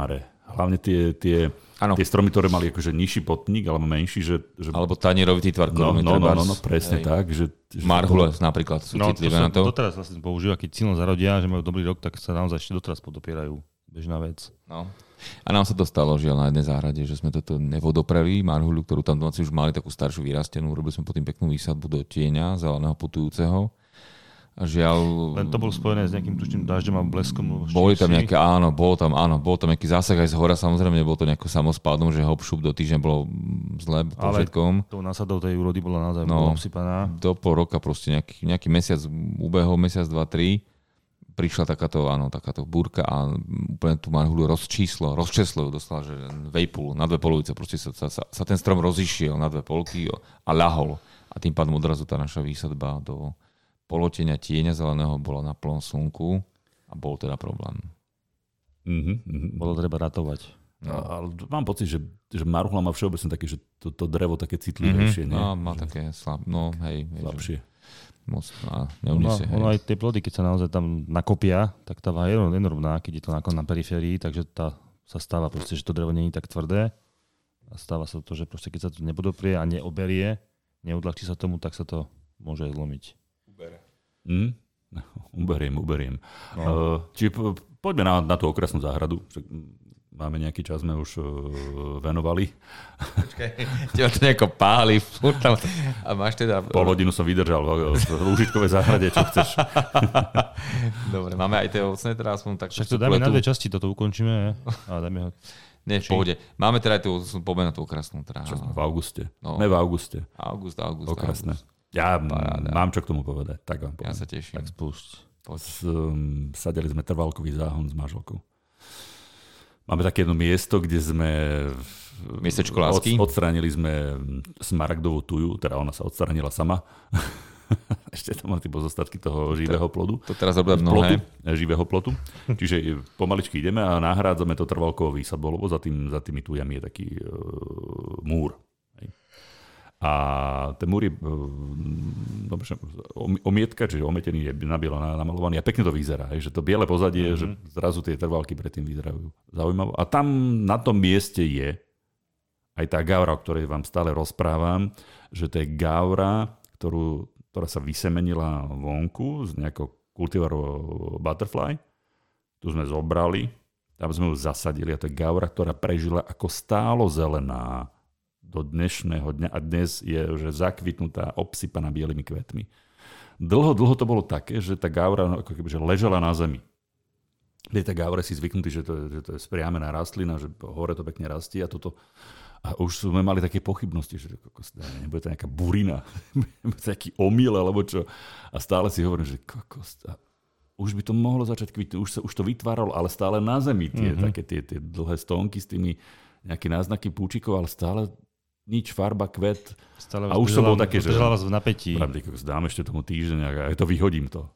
hlavne tie stromy, ktoré mali akože nižší potník, alebo menší, že... Alebo tanierovitý tvar koruny. No, presne tak. Marhule napríklad sú citlivé na to. Doteraz vlastne používa, keď silno zarodia, že majú dobrý rok, tak sa naozaj ešte doteraz podopierajú. Bežná vec. No. A nám sa to stalo, žiaľ, na jednej záhrade, že sme toto nevodopreli, marhuľu, ktorú tam domáci už mali takú staršiu vyrastenú, robili sme potom peknú výsadbu do tieňa zeleného putujúceho. A žiaľ... Len to bolo spojené s nejakým tučným dažďom a bleskom? Boli tam nejaké, bol tam nejaký zásah aj z hora, samozrejme, nebolo to nejako samospádom, že hop šup do týždňa bolo zle po všetkom. Tou násadou tej úrody bola naozaj obsypaná. Do pol roka proste nejaký mesiac ubehol, mesiac, 2, 3. Prišla takáto búrka a úplne tú marhuľu rozčeslo ju dostala, že na dve polovice. Proste sa ten strom rozišiel na dve polky a ľahol. A tým pádom odrazu tá naša výsadba do polotenia tieňa zeleného bola na plnom slnku a bol teda problém. Bolo treba ratovať. No. Ale mám pocit, že marhuľa má všeobecne také, že to drevo také citlivejšie. No, má také slabšie. Moc neuniesie. Ono aj tie plody, keď sa naozaj tam nakopia, tak tá váha je enormná, keď je to na periférii, takže sa stáva proste, že to drevo nie je tak tvrdé a stáva sa to, že proste keď sa to nepodoprie a neoberie, neodľahčí sa tomu, tak sa to môže aj zlomiť. Uberiem. No. Čiže poďme na tú okrasnú záhradu. Máme nejaký čas, sme už venovali. Počkaj, teba to nejako páli. A máš teda... Pol hodinu som vydržal v Lúžitkovej záhrade, čo chceš. Dobre, máme aj tie ovocné, teraz aspoň tak... Však to dáme na dve časti, toto ukončíme. A dáme ho... Nie, v pohode. Máme teda aj tú, poďme na tú okrasnú. V auguste. No. Ne v auguste. August. Okrasné. Ja mám čo k tomu povedať. Tak vám poviem. Ja sa teším. Tak spúšť. Sadili sme trvalkový záhon s manželkou. Máme také jedno miesto, kde sme miestečko lásky. Odstránili sme smaragdovú tuju, teda ona sa odstránila sama. Ešte tam má tie pozostatky toho živého plodu. To teraz robia mnohé. Živého plotu. Čiže pomaličky ideme a nahrádzame to trvalkovou výsadbou, lebo za tými tujami je taký múr. A ten múr je omietka, čiže ometený je nabielo namalovaný a pekne to vyzerá. Že to biele pozadie, že zrazu tie trvalky predtým vyzerajú zaujímavo. A tam na tom mieste je aj tá gaura, o ktorej vám stále rozprávam, že to je gaura, ktorá sa vysemenila vonku z nejakého kultivaru butterfly. Tu sme zobrali, tam sme ju zasadili a to je gaura, ktorá prežila ako stálo zelená do dnešného dňa a dnes je že zakvitnutá, obsypaná bielými kvetmi. Dlho to bolo také, že tá gaura ako keby, že ležala na zemi. Tá gaura si zvyknutý, že to je spriamená rastlina, že hore to pekne rastie a toto. A už sme mali také pochybnosti, že nebude to nejaká burina, nebude to nejaký omyl, alebo čo. A stále si hovorím, že už by to mohlo začať kvitnúť, už to vytváralo, ale stále na zemi také tie dlhé stónky s tými nejaké náznaky púčikov, ale stále nič, farba, kvet. Stále a už to bolo také, že... Držala vás v napätí. Dám ešte tomu týždeň a to vyhodím to.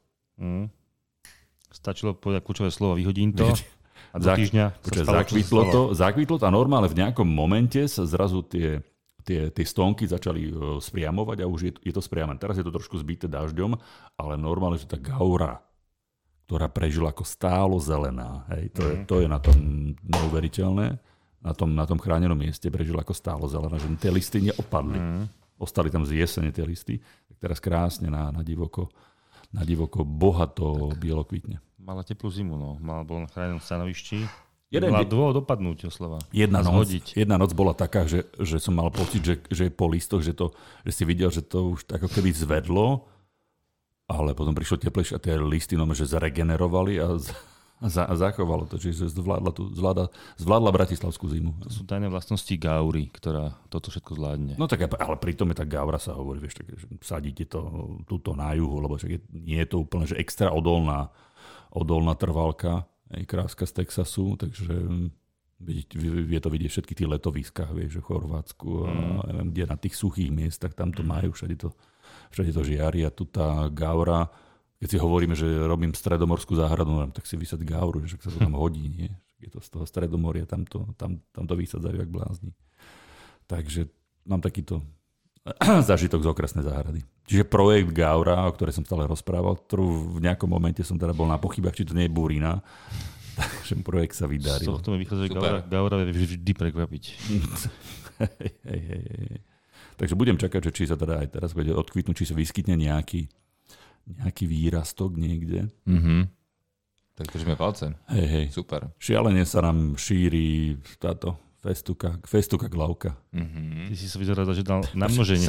Stačilo povedať kľúčové slovo, vyhodím to a do týždňa zakvitlo to a normálne v nejakom momente sa zrazu tie stónky začali spriamovať a už je to spriamané. Teraz je to trošku zbité dažďom, ale normálne, že tá gaura, ktorá prežila ako stálo zelená, hej, to je na tom neuveriteľné. Na tom chránenom mieste prežila ako stálo zelená, že tie listy neopadli. Ostali tam z jesene tie listy. Tak teraz krásne na divoko bohato bielokvitne. Mala teplú zimu, no. Bol na chránenom stanovišti. Mala dôvod dopadnúť, oslova. Jedna noc bola taká, že som mal pocit, že po listoch, že si videl, že to už ako keby zvedlo, ale potom prišlo teplejšie a tie listy že zaregenerovali a zachovalo to, čiže zvládla bratislavskú zimu. To sú tajné vlastnosti gaury, ktorá toto všetko zvládne. No tak, ale pritom je tá gaura, sa hovorí, vieš, tak, že sadíte to túto na juhu, lebo nie je to úplne že extra odolná trvalka, kráska z Texasu, takže vie to vidieť všetky tie letoviskách, vieš, v Chorvátsku a neviem, kde na tých suchých miestach, tam to majú, všade to žiari a tu tá gaura. Keď si hovoríme, že robím stredomorskú záhradu, tak si vysad gauru, že sa to tam hodí, nie? Je to z toho stredomoria, tam to vysadzajú jak blázni. Takže mám takýto zážitok z okrasnej záhrady. Čiže projekt Gaura, o ktorej som stále rozprával, ktorú v nejakom momente som teda bol na pochybách, či to nie je burina. Takže projekt sa vydaril. Z tohto mi vychádza, že Gaura vie vždy prekvapiť. Hej. Takže budem čakať, že či sa teda aj teraz bude odkvitnúť, či sa vyskytne nejaký výrastok niekde. Tak držíme palce. Hej. Super. Šialene sa nám šíri táto festuka glavka. Ty si sa vyzeral, že dal namnoženie.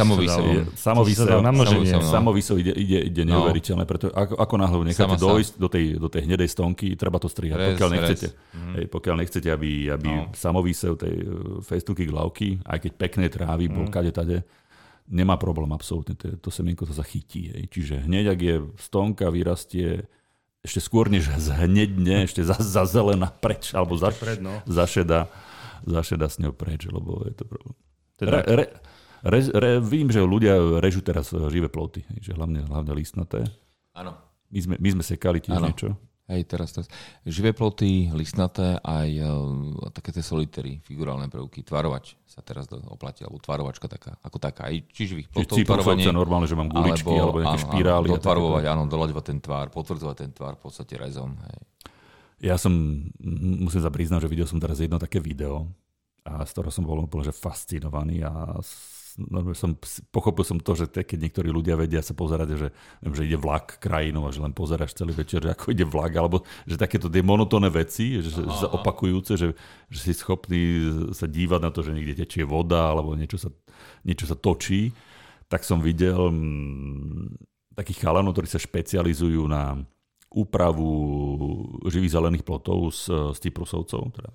Samovisov ide neuveriteľné, preto ako náhle necháte dojsť do tej hnedej stonky, treba to strihať, pokiaľ nechcete, aby samovisev tej festuky glavky, aj keď pekné trávy, bol kade-tade, nemá problém absolútne, to semienko to zachytí. Čiže hneď, ak je stonka, vyrastie ešte skôr, než zhnedne, ešte zazelená preč, alebo zašedá s ňou preč, lebo je to problém. Vím, že ľudia režú teraz živé ploty, že hlavne listnaté. Áno. My sme sekali tiež niečo. Hej, teraz. Živé ploty, listnaté, aj také tie solitery, figurálne prvky, tvarovač sa teraz oplatí, alebo tvarovačka ako taká. Aj či živých plotov, tvarovanie. Normálne, že mám guličky, alebo nejaké špirály. Dotvarovať, doľaďovať ten tvar, potvrdzovať ten tvar v podstate rezom. Hej. Ja musím sa priznať, že videl som teraz jedno také video, a z ktorého som bol úplne fascinovaný a pochopil som to, že keď niektorí ľudia vedia sa pozerať, že ide vlak krajinou a že len pozeráš celý večer, že ako ide vlak, alebo že takéto tie monotónne veci, že sa opakujúce, že si schopný sa dívať na to, že niekde tečie voda alebo niečo sa točí, tak som videl takých chalanov, ktorí sa špecializujú na úpravu živých zelených plotov z cyprusovcov, teda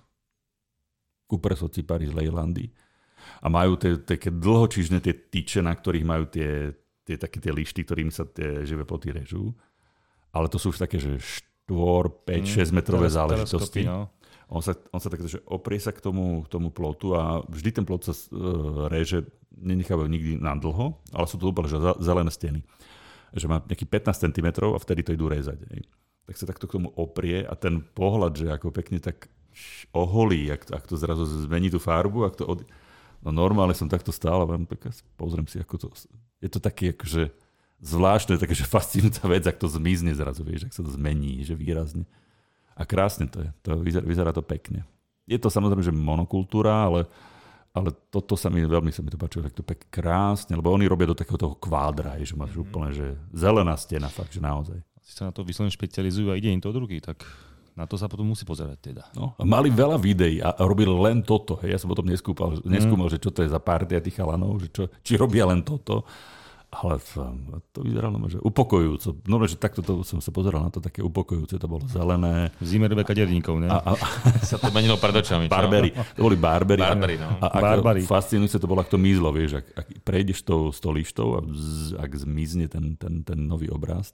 Kupresovci, Paríž, Lejlandy. A majú také dlhočižné tie tyče, na ktorých majú tie lišty, ktorými sa tie živé ploty režú. Ale to sú už také, že 4, 5, 6 metrové záležitosti. No. On sa takto, že oprie sa k tomu plotu a vždy ten plot sa reže, nenechávajú nikdy na dlho, ale sú to úplne zelené steny. Že má nejaký 15 cm a vtedy to idú rezať. Tak sa takto k tomu oprie a ten pohľad, že ako pekne tak oholí, ak to zrazu zmení tú farbu, no normálne som takto stál a pozriem si, ako to... Je to také akože zvláštne, také, že fascinujúca vec, ak to zmizne zrazu, vieš, ak sa to zmení, že výrazne. A krásne to je. Vyzerá to pekne. Je to samozrejme, že monokultúra, ale toto veľmi sa mi to páčilo, tak to pekne krásne, lebo oni robia do takého toho kvádra, že máš úplne, že zelená stena, fakt, že naozaj. Si sa na to vyslovene špecializujú a ide im to od ruky, tak na to sa potom musí pozerať teda. No, mali veľa videí a robili len toto. Ja som potom neskúmal, že čo to je za partia tých chalanov, že či robia len toto. Ale to vyzeralo, že upokojujúco. No, že takto som sa pozeral na to, také upokojujúce. To bolo zelené. Zime robia kaderníkov, ne? Sa to menilo pred očami. Barbery. To boli barbery. No. A fascinujúce to bolo, ak to mizlo, vieš. Ak prejdeš s tou lištou a ak zmizne ten nový obraz.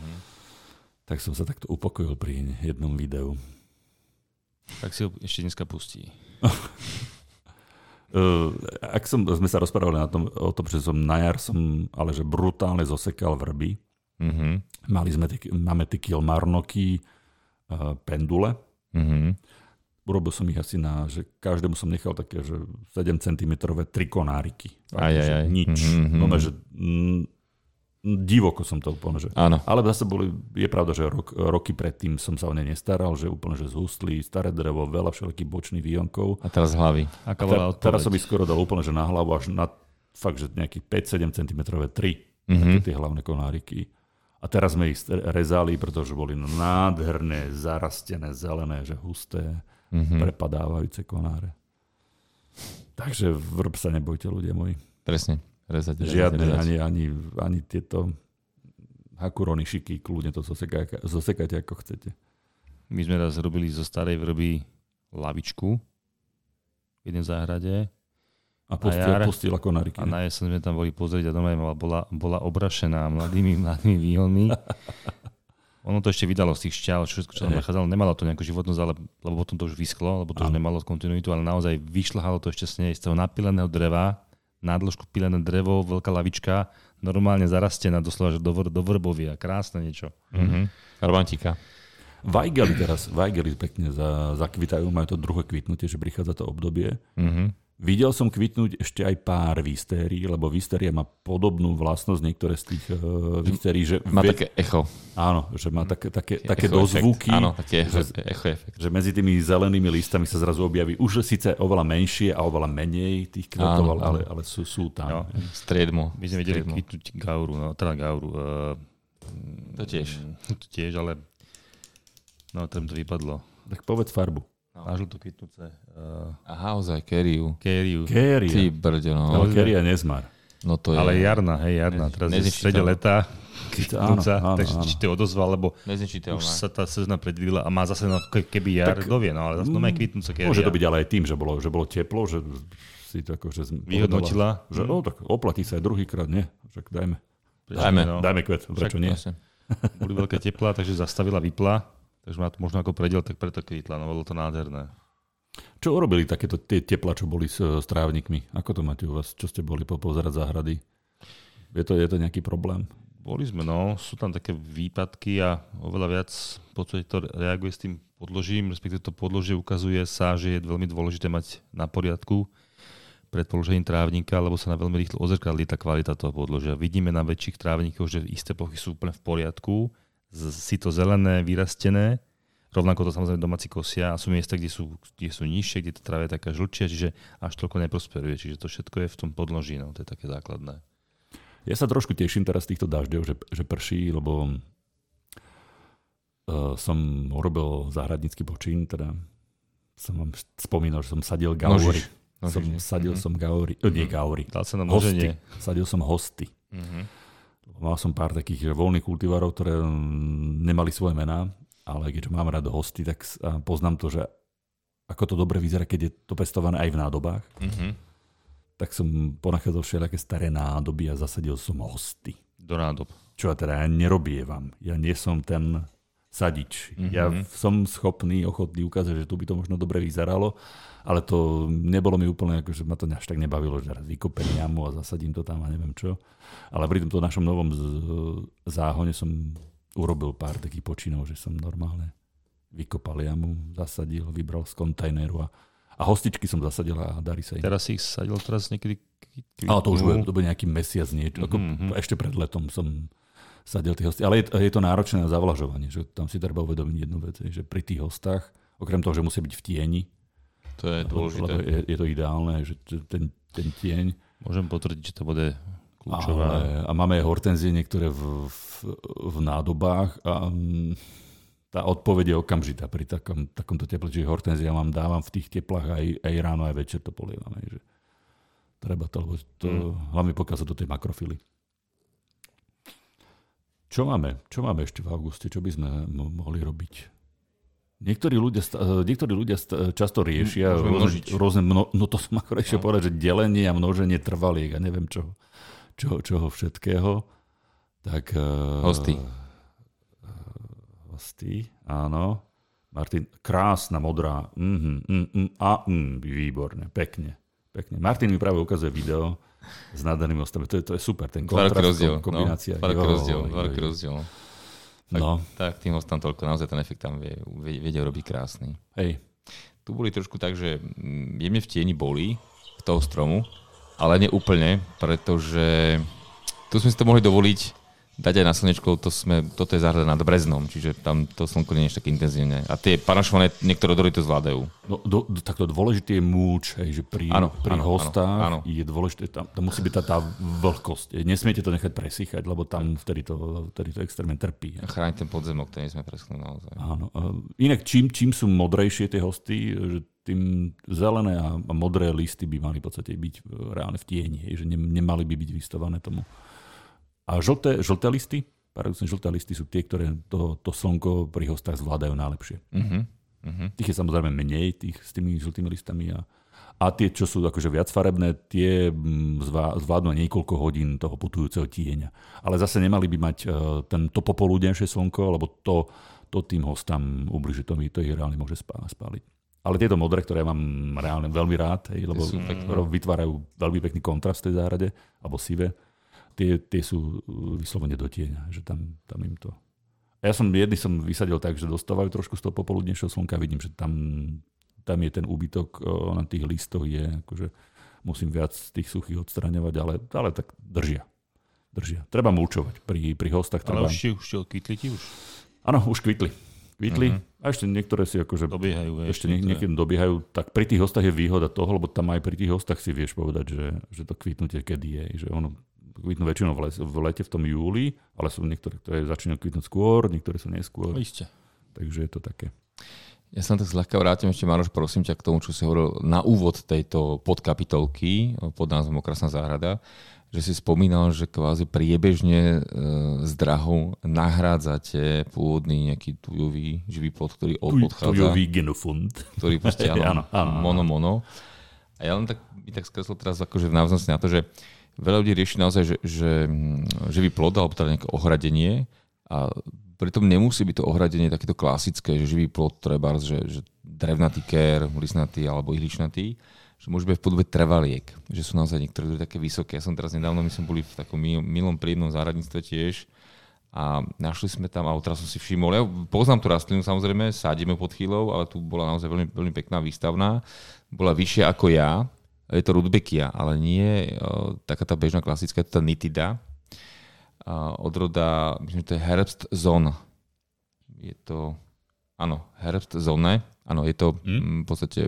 Tak som sa takto upokojil pri jednom videu. Tak si ho ešte dneska pustí. Sme sa rozprávali o tom, že na jar ale že brutálne zosekal vrby. Máme tie kilmarnoky, pendule. Urobil som ich asi že každému som nechal také, že 7 cm trikonáriky. Nič. Že divoko som to úplne, že... Áno. Ale zase je pravda, že roky predtým som sa o ne nestaral, že úplne, že zhustli, staré drevo, veľa všelijakých bočných výjonkov. A teraz hlavy. Teraz som ich skoro dal úplne, že na hlavu až na fakt, že nejakých 5-7 cm 3 tie hlavné konáriky. A teraz sme ich rezali, pretože boli nádherné, zarastené, zelené, že husté, prepadávajúce konáre. Takže vrb sa nebojte, ľudia moji. Presne. Žiadne, ani tieto hakurony šiky, kľudne to zosekajte ako chcete. My sme raz robili zo starej vrby lavičku v jednej záhrade. A pustila konáriky. A na jeseň sme tam boli pozrieť a doma bola obrašená mladými výhonmi. Ono to ešte vydalo z tých šťav, čo tam nachádzalo, nemalo to nejakú životnosť, lebo potom to už vyschlo, lebo to už nemalo kontinuitu, ale naozaj vyšľahalo to ešte z toho napileného dreva, na dĺžku pilené drevo, veľká lavička, normálne zarastená doslova, že do vrbovia. Krásne niečo. Romantika. Vajgely pekne zakvitajú, majú to druhé kvitnutie, že prichádza to obdobie. Videl som kvitnúť ešte aj pár vystérií, lebo vystéria má podobnú vlastnosť, niektoré z tých vystérií, že... Má také echo. Áno, že má také dozvuky. Áno, také echo efekt. Že medzi tými zelenými listami sa zrazu objaví už síce oveľa menšie a oveľa menej tých kvetov, ale sú tam. No. Striedmo. My sme videli kvitnúť gauru, To tiež. To tiež, ale tam to vypadlo. Tak povedz farbu. Na žlto kvitnúce. Aha, ozaj, kériu. Kéria. Ty brďo, no. Ale kéria nezmar. No to je... Ale jarná. Teraz je v strede leta. Takže či to odozval, lebo už sa tá sezóna predvídala a má zase keby jar dovie, ale zase má kvitnúce kéria. Môže to byť ale aj tým, že bolo teplo, že si to akože vyhodnotila. Že tak oplatí sa aj druhýkrát, nie? Však dajme kvet, prečo nie? Boli veľké teplá, takže zastavila, vypla. Takže má to možno ako prediel, tak preto kvitla, no bolo to nádherné. Čo urobili takéto tie teplá, čo boli s trávnikmi? Ako to máte u vás? Čo ste boli pozerať záhrady? Je to nejaký problém? Boli sme, sú tam také výpadky a oveľa viac v podstate to reaguje s tým podložím, respektíve to podložie ukazuje sa, že je veľmi dôležité mať na poriadku pred položením trávnika, lebo sa na veľmi rýchlo ozrkadlí tá kvalita toho podložia. Vidíme na väčších trávnikoch, že isté plochy sú úplne v poriadku, si to zelené, vyrastené, rovnako to samozrejme domáci kosia a sú miesta, kde sú nižšie, kde tá tráva je taká žlčia, čiže až toľko neprosperuje. Čiže to všetko je v tom podloží, to je také základné. Ja sa trošku teším teraz z týchto dažďov, že prší, lebo som urobil záhradnícky počín, teda som vám spomínal, že som sadil gaury. Sadil som gaury, nie gaury, Dal sa na hosty. Sadil som hosty. Mm-hmm. Mal som pár takých voľných kultivárov, ktoré nemali svoje mená, ale keďže mám rád hosty, tak poznám to, že ako to dobre vyzerá, keď je to pestované aj v nádobách. Mm-hmm. Tak som ponachádzal všelijaké staré nádoby a zasadil som hosty. Do nádob. Čo ja teda nerobievam. Ja nie som ten sadič. Mm-hmm. Ja som schopný, ochotný ukázať, že tu by to možno dobre vyzeralo, ale to nebolo mi úplne, akože ma to až tak nebavilo, že raz vykopem jamu a zasadím to tam a neviem čo. Ale pri tomto našom novom záhone som urobil pár takých počinov, že som normálne vykopal jamu, zasadil, vybral z kontajneru a hostičky som zasadil a darí sa im. Teraz si ich sadil niekedy? Ale to už bude nejaký mesiac, niečo. Ešte pred letom som sadil tie hosty. Ale je to náročné na zavlažovanie, že tam si treba uvedomiť jednu vec, že pri tých hostách, okrem toho, že musia byť v tieni, to je dôležité. Je to ideálne, že ten tieň. Môžem potvrdiť, že to bude kľúčová. A máme aj hortenzie niektoré v nádobách a tá odpoveď je okamžitá pri takomto teple. Čiže hortenzia dávam v tých teplách aj ráno, aj večer to polievame. Že treba to, lebo hlavne pokiaľ sa do tej makrofily. Čo máme ešte v auguste? Čo by sme mohli robiť? Niektorí ľudia často riešia rôzne, to som ako ešte povedať, že delenie a množenie trvaliek a neviem čoho všetkého. Tak, hosty, áno. Martin, krásna modrá. Výborne, pekne. Martin mi práve ukazuje video s nádhernými ostami. To je super, ten kontrast, kombinácia. Veľký rozdiel. Tak tým hostom toľko, naozaj ten efekt tam vedia robiť krásny. Hej. Tu boli trošku tak, že jemne v tieni boli v toho stromu, ale nie úplne, pretože tu sme si to mohli dovoliť dať aj na slnečko, toto je záhrada nad Breznom, čiže tam to slnko nie je tak intenzívne. A tie panašované niektoré odory to zvládajú. Takto dôležitý je múč, že pri hostách je dôležité, tam musí byť tá vlhkosť. Nesmiete to nechať presýchať, lebo tam vtedy to extrémne trpí. Chráň ten podzemok, ten sme preschli naozaj. Áno. Inak čím sú modrejšie tie hosty, že tým zelené a modré listy by mali v podstate byť reálne v tieni, že nemali by byť vystavané tomu. A žlté listy, paradoxne žlté listy sú tie, ktoré to slnko pri hostách zvládajú najlepšie. Tých je samozrejme menej, tých s tými žltými listami a tie, čo sú akože viac farebné, tie zvládnu niekoľko hodín toho putujúceho tieňa. Ale zase nemali by mať to popoludnejšie slnko, lebo to tým hostám ubliží, to ich reálne môže spáliť. Ale tieto modré, ktoré ja mám reálne veľmi rád, lebo vytvárajú veľmi pekný kontrast v tej záhrade, alebo sivé, tie sú vyslovene do tieňa, že tam im to... A jedný som vysadil tak, že dostávajú trošku z toho popoludnejšieho slnka, vidím, že tam je ten úbytok na tých listoch je akože musím viac z tých suchých odstraňovať, ale tak držia. Treba mulčovať. Pri hostách treba... Ale už kvitli ti už? Áno, už kvitli. A ešte niektoré si akože... Dobiehajú. Ešte niekedy dobiehajú. Tak pri tých hostách je výhoda toho, lebo tam aj pri tých hostách si vieš povedať, že to kvitnutie kedy je. Že ono kvitnú väčšinou v lete, v tom júli, ale sú niektoré, ktoré začínajú kvitnúť skôr, niektoré sú neskôr. Isté. Takže je to také. Ja sa tak zľahka vrátim ešte, Maroš, prosím ťa k tomu, čo si hovoril na úvod tejto podkapitolky pod názvom Okrasná záhrada, že si spomínal, že kvázi priebežne s drahou nahrádzate pôvodný nejaký tujový živý plod, ktorý odchádza. Tujový genofond. Ktorý proste, áno, mono. A ja len tak skreslil teraz akože v návaznosti na to, že veľa ľudí rieši naozaj, že živý plod alebo teda nejaké ohradenie a pritom nemusí byť to ohradenie takéto klasické, že živý plod, trebárs, že drevnatý kér, listnatý alebo ihličnatý, že môže byť v podobe trvaliek, že sú naozaj niektoré také vysoké. Ja som teraz nedávno, boli v takom milom príjemnom záhradníctve tiež a našli sme tam, a teraz som si všimol, ja poznám tú rastlinu samozrejme, sádime pod chvíľou, ale tu bola naozaj veľmi, veľmi pekná výstavná, bola vyššia ako ja. Je to Rudbeckia, ale nie taká tá bežná klasická, je to tá Nitida. Odroda, myslím, že to je Herbstzone. Je to, áno, Herbstzone. Áno, je to v podstate,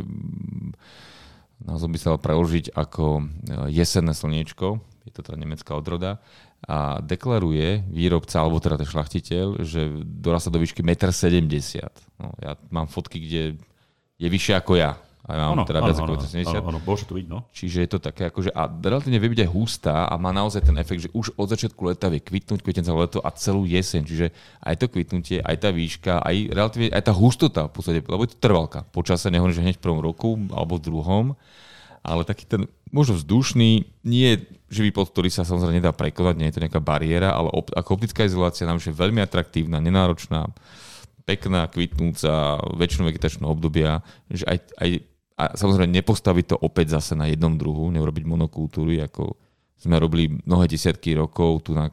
názov by sa dal preložiť ako jesenné slniečko. Je to teda nemecká odroda. A deklaruje výrobca, alebo teda ten šlachtiteľ, že dorastá do výšky 1,70 m. No, ja mám fotky, kde je vyššie ako ja. A ja mám teda viac ako 70. Áno, môže to byť, no. Čiže je to také akože, a relatívne vie byť aj hustá a má naozaj ten efekt, že už od začiatku leta vie kvitnúť celé leto a celú jeseň. Čiže aj to kvitnutie, aj tá výška, aj relatívne aj tá hustota v podstate, lebo je to trvalka. Počasie nehovorím, že hneď v prvom roku alebo v druhom, ale taký ten možno vzdušný, nie je živý plod, ktorý sa samozrejme nedá prekonať, nie je to nejaká bariéra, ale ako optická izolácia nám je veľmi atraktívna, nenáročná, pekná, kvitnúca, väčšinu vegetačného obdobia, že aj a samozrejme nepostaviť to opäť zase na jednom druhu, neurobiť monokultúry, ako sme robili mnohé desiatky rokov, tu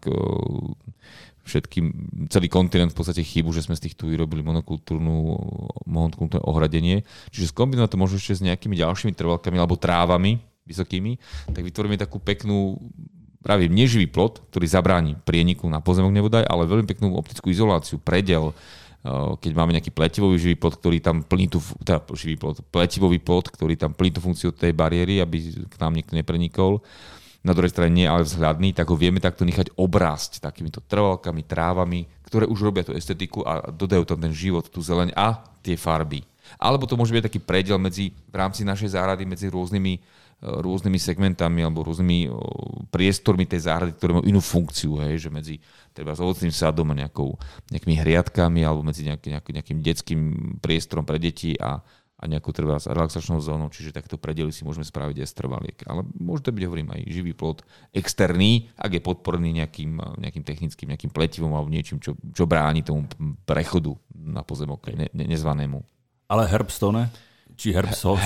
celý kontinent v podstate chybu, že sme z tých tují robili monokultúrne ohradenie. Čiže skombinovať to možno ešte s nejakými ďalšími trvalkami alebo trávami vysokými, tak vytvoríme takú peknú, práve neživý plod, ktorý zabráni prieniku na pozemok nebodaj, ale veľmi peknú optickú izoláciu, predel. Keď máme nejaký pletivový živý plod, ktorý tam plní pletivový plod, ktorý tam plní tú funkciu tej bariéry, aby k nám niekto neprenikol. Na druhej strane nie, ale vzhľadný, tak ho vieme takto nechať obrásť takýmito trvalkami, trávami, ktoré už robia tú estetiku a dodajú tam ten život, tú zeleň a tie farby. Alebo to môže byť taký prediel v rámci našej záhrady medzi rôznymi segmentami alebo rôznymi priestormi tej záhrady, ktoré majú inú funkciu, hej, že medzi treba s ovocným sadom a nejakými hriadkami alebo medzi nejakým detským priestorom pre deti a nejakú treba relaxačnou zónou, čiže takto prediely si môžeme spraviť aj z trvaliek. Ale môže to byť, hovorím, aj živý plod externý, ak je podporený nejakým technickým, nejakým pletivom alebo niečím, čo bráni tomu prechodu na pozemok nezvanému. Ale Herbstzone? Či Herbstzone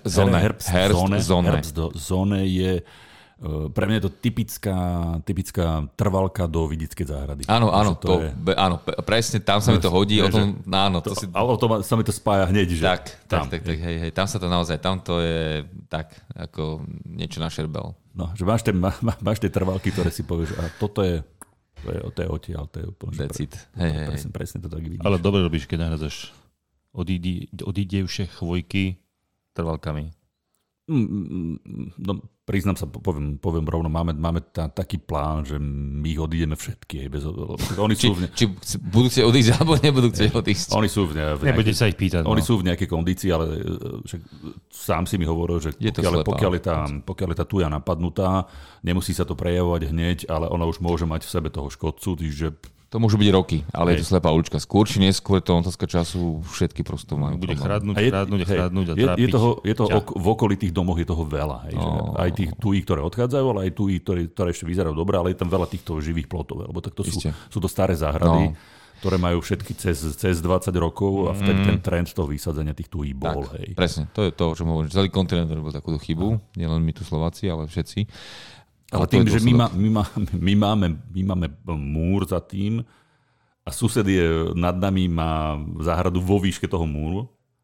je pre mňa je to typická trvalka do vidickej záhrady. Áno, presne, tam sa mi to hodí. Ale sa mi to spája hneď. Že tak, hej, tam sa to naozaj, tam to je tak, ako niečo na šerbel. No, že máš tie trvalky, ktoré si povieš, a toto je odtiaľ, to je úplne decid. Presne to tak vidíš. Ale dobre robíš, keď nahradzaš odídevšie chvojky trvalkami. No, priznám sa, poviem rovno, máme taký plán, že my ich odídeme všetky. Oni sú či budú chcieť odísť, alebo nebudú chcieť odísť? Oni sú nebudete sa ich pýtať. Oni sú v nejakej kondícii, ale však sám si mi hovoril, že pokiaľ je tá tuja napadnutá, nemusí sa to prejavovať hneď, ale ona už môže mať v sebe toho škodcu, takže to môžu byť roky, ale je to slepá ulička. Skôr či neskôr, to otázka času, všetky prosto majú. Bude chradnúť a trápiť. Je to v okolitých domoch je toho veľa. Hej, aj tých tují, ktoré odchádzajú, ale aj tují, ktoré ešte vyzerajú dobre, ale je tam veľa týchto živých plotov. Lebo tak to sú to staré záhrady, ktoré majú všetky cez 20 rokov a vtedy ten trend toho vysadzenia tých tují bol. Tak, hej. Presne, to je to, čo hovorím. Celý kontinent robil takúto chybu, nielen my tu Slováci, ale všetci. Ale tým, že my máme múr za tým a sused je nad nami, má záhradu vo výške toho múru,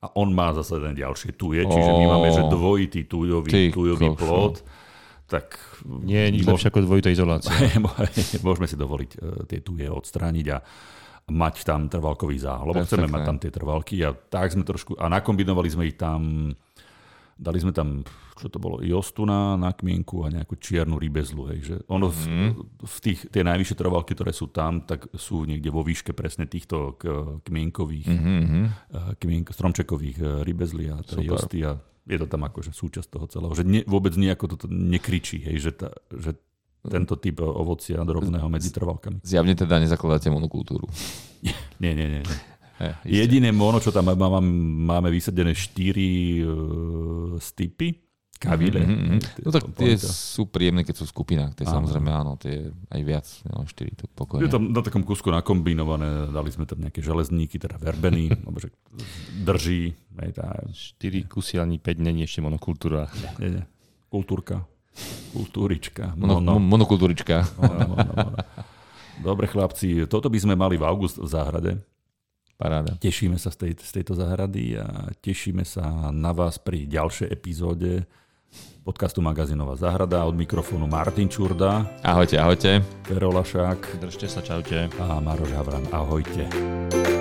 a on má zase ten ďalšie tuje, čiže my máme, že dvojitý tujový plot, tak... Nie je nič lepšie ako dvojitá izolácia. Môžeme si dovoliť tie tuje odstrániť a mať tam trvalkový záhol, lebo chceme mať tam tie trvalky a tak sme trošku, a nakombinovali sme ich tam, dali sme tam, čo to bolo, Jostuna na kmienku a nejakú čiernu rybezlu, hej, že ono v tie najvyššie trvalky, ktoré sú tam, tak sú niekde vo výške presne týchto kmienkových, stromčekových rybezlí a josty a je to tam akože súčasť toho celého, že vôbec nejako toto nekričí, hej, že tento typ ovocia drobného medzi trvalkami. Zjavne teda nezakladáte monokultúru. Nie. Jediné mono, čo tam máme vysadené 4 stipy, kavile. No tak tie sú príjemné, keď sú v skupinách. Tie samozrejme áno, tie aj viac, 4 to pokojne. Je to na takom kúsku nakombinované, dali sme tam nejaké železníky, teda verbeny, alebo že drží. 4 kusy ani 5 není ešte monokultúra. Nie. Kultúrička. Monokultúrička. Dobre chlapci, toto by sme mali v august v záhrade. Paráda. Tešíme sa z tejto záhrady a tešíme sa na vás pri ďalšej epizóde podcastu Magazínová záhrada. Od mikrofónu Martin Čurda. Ahojte. Fero Lašák. Držte sa, čaute. A Maroš Havran. Ahojte.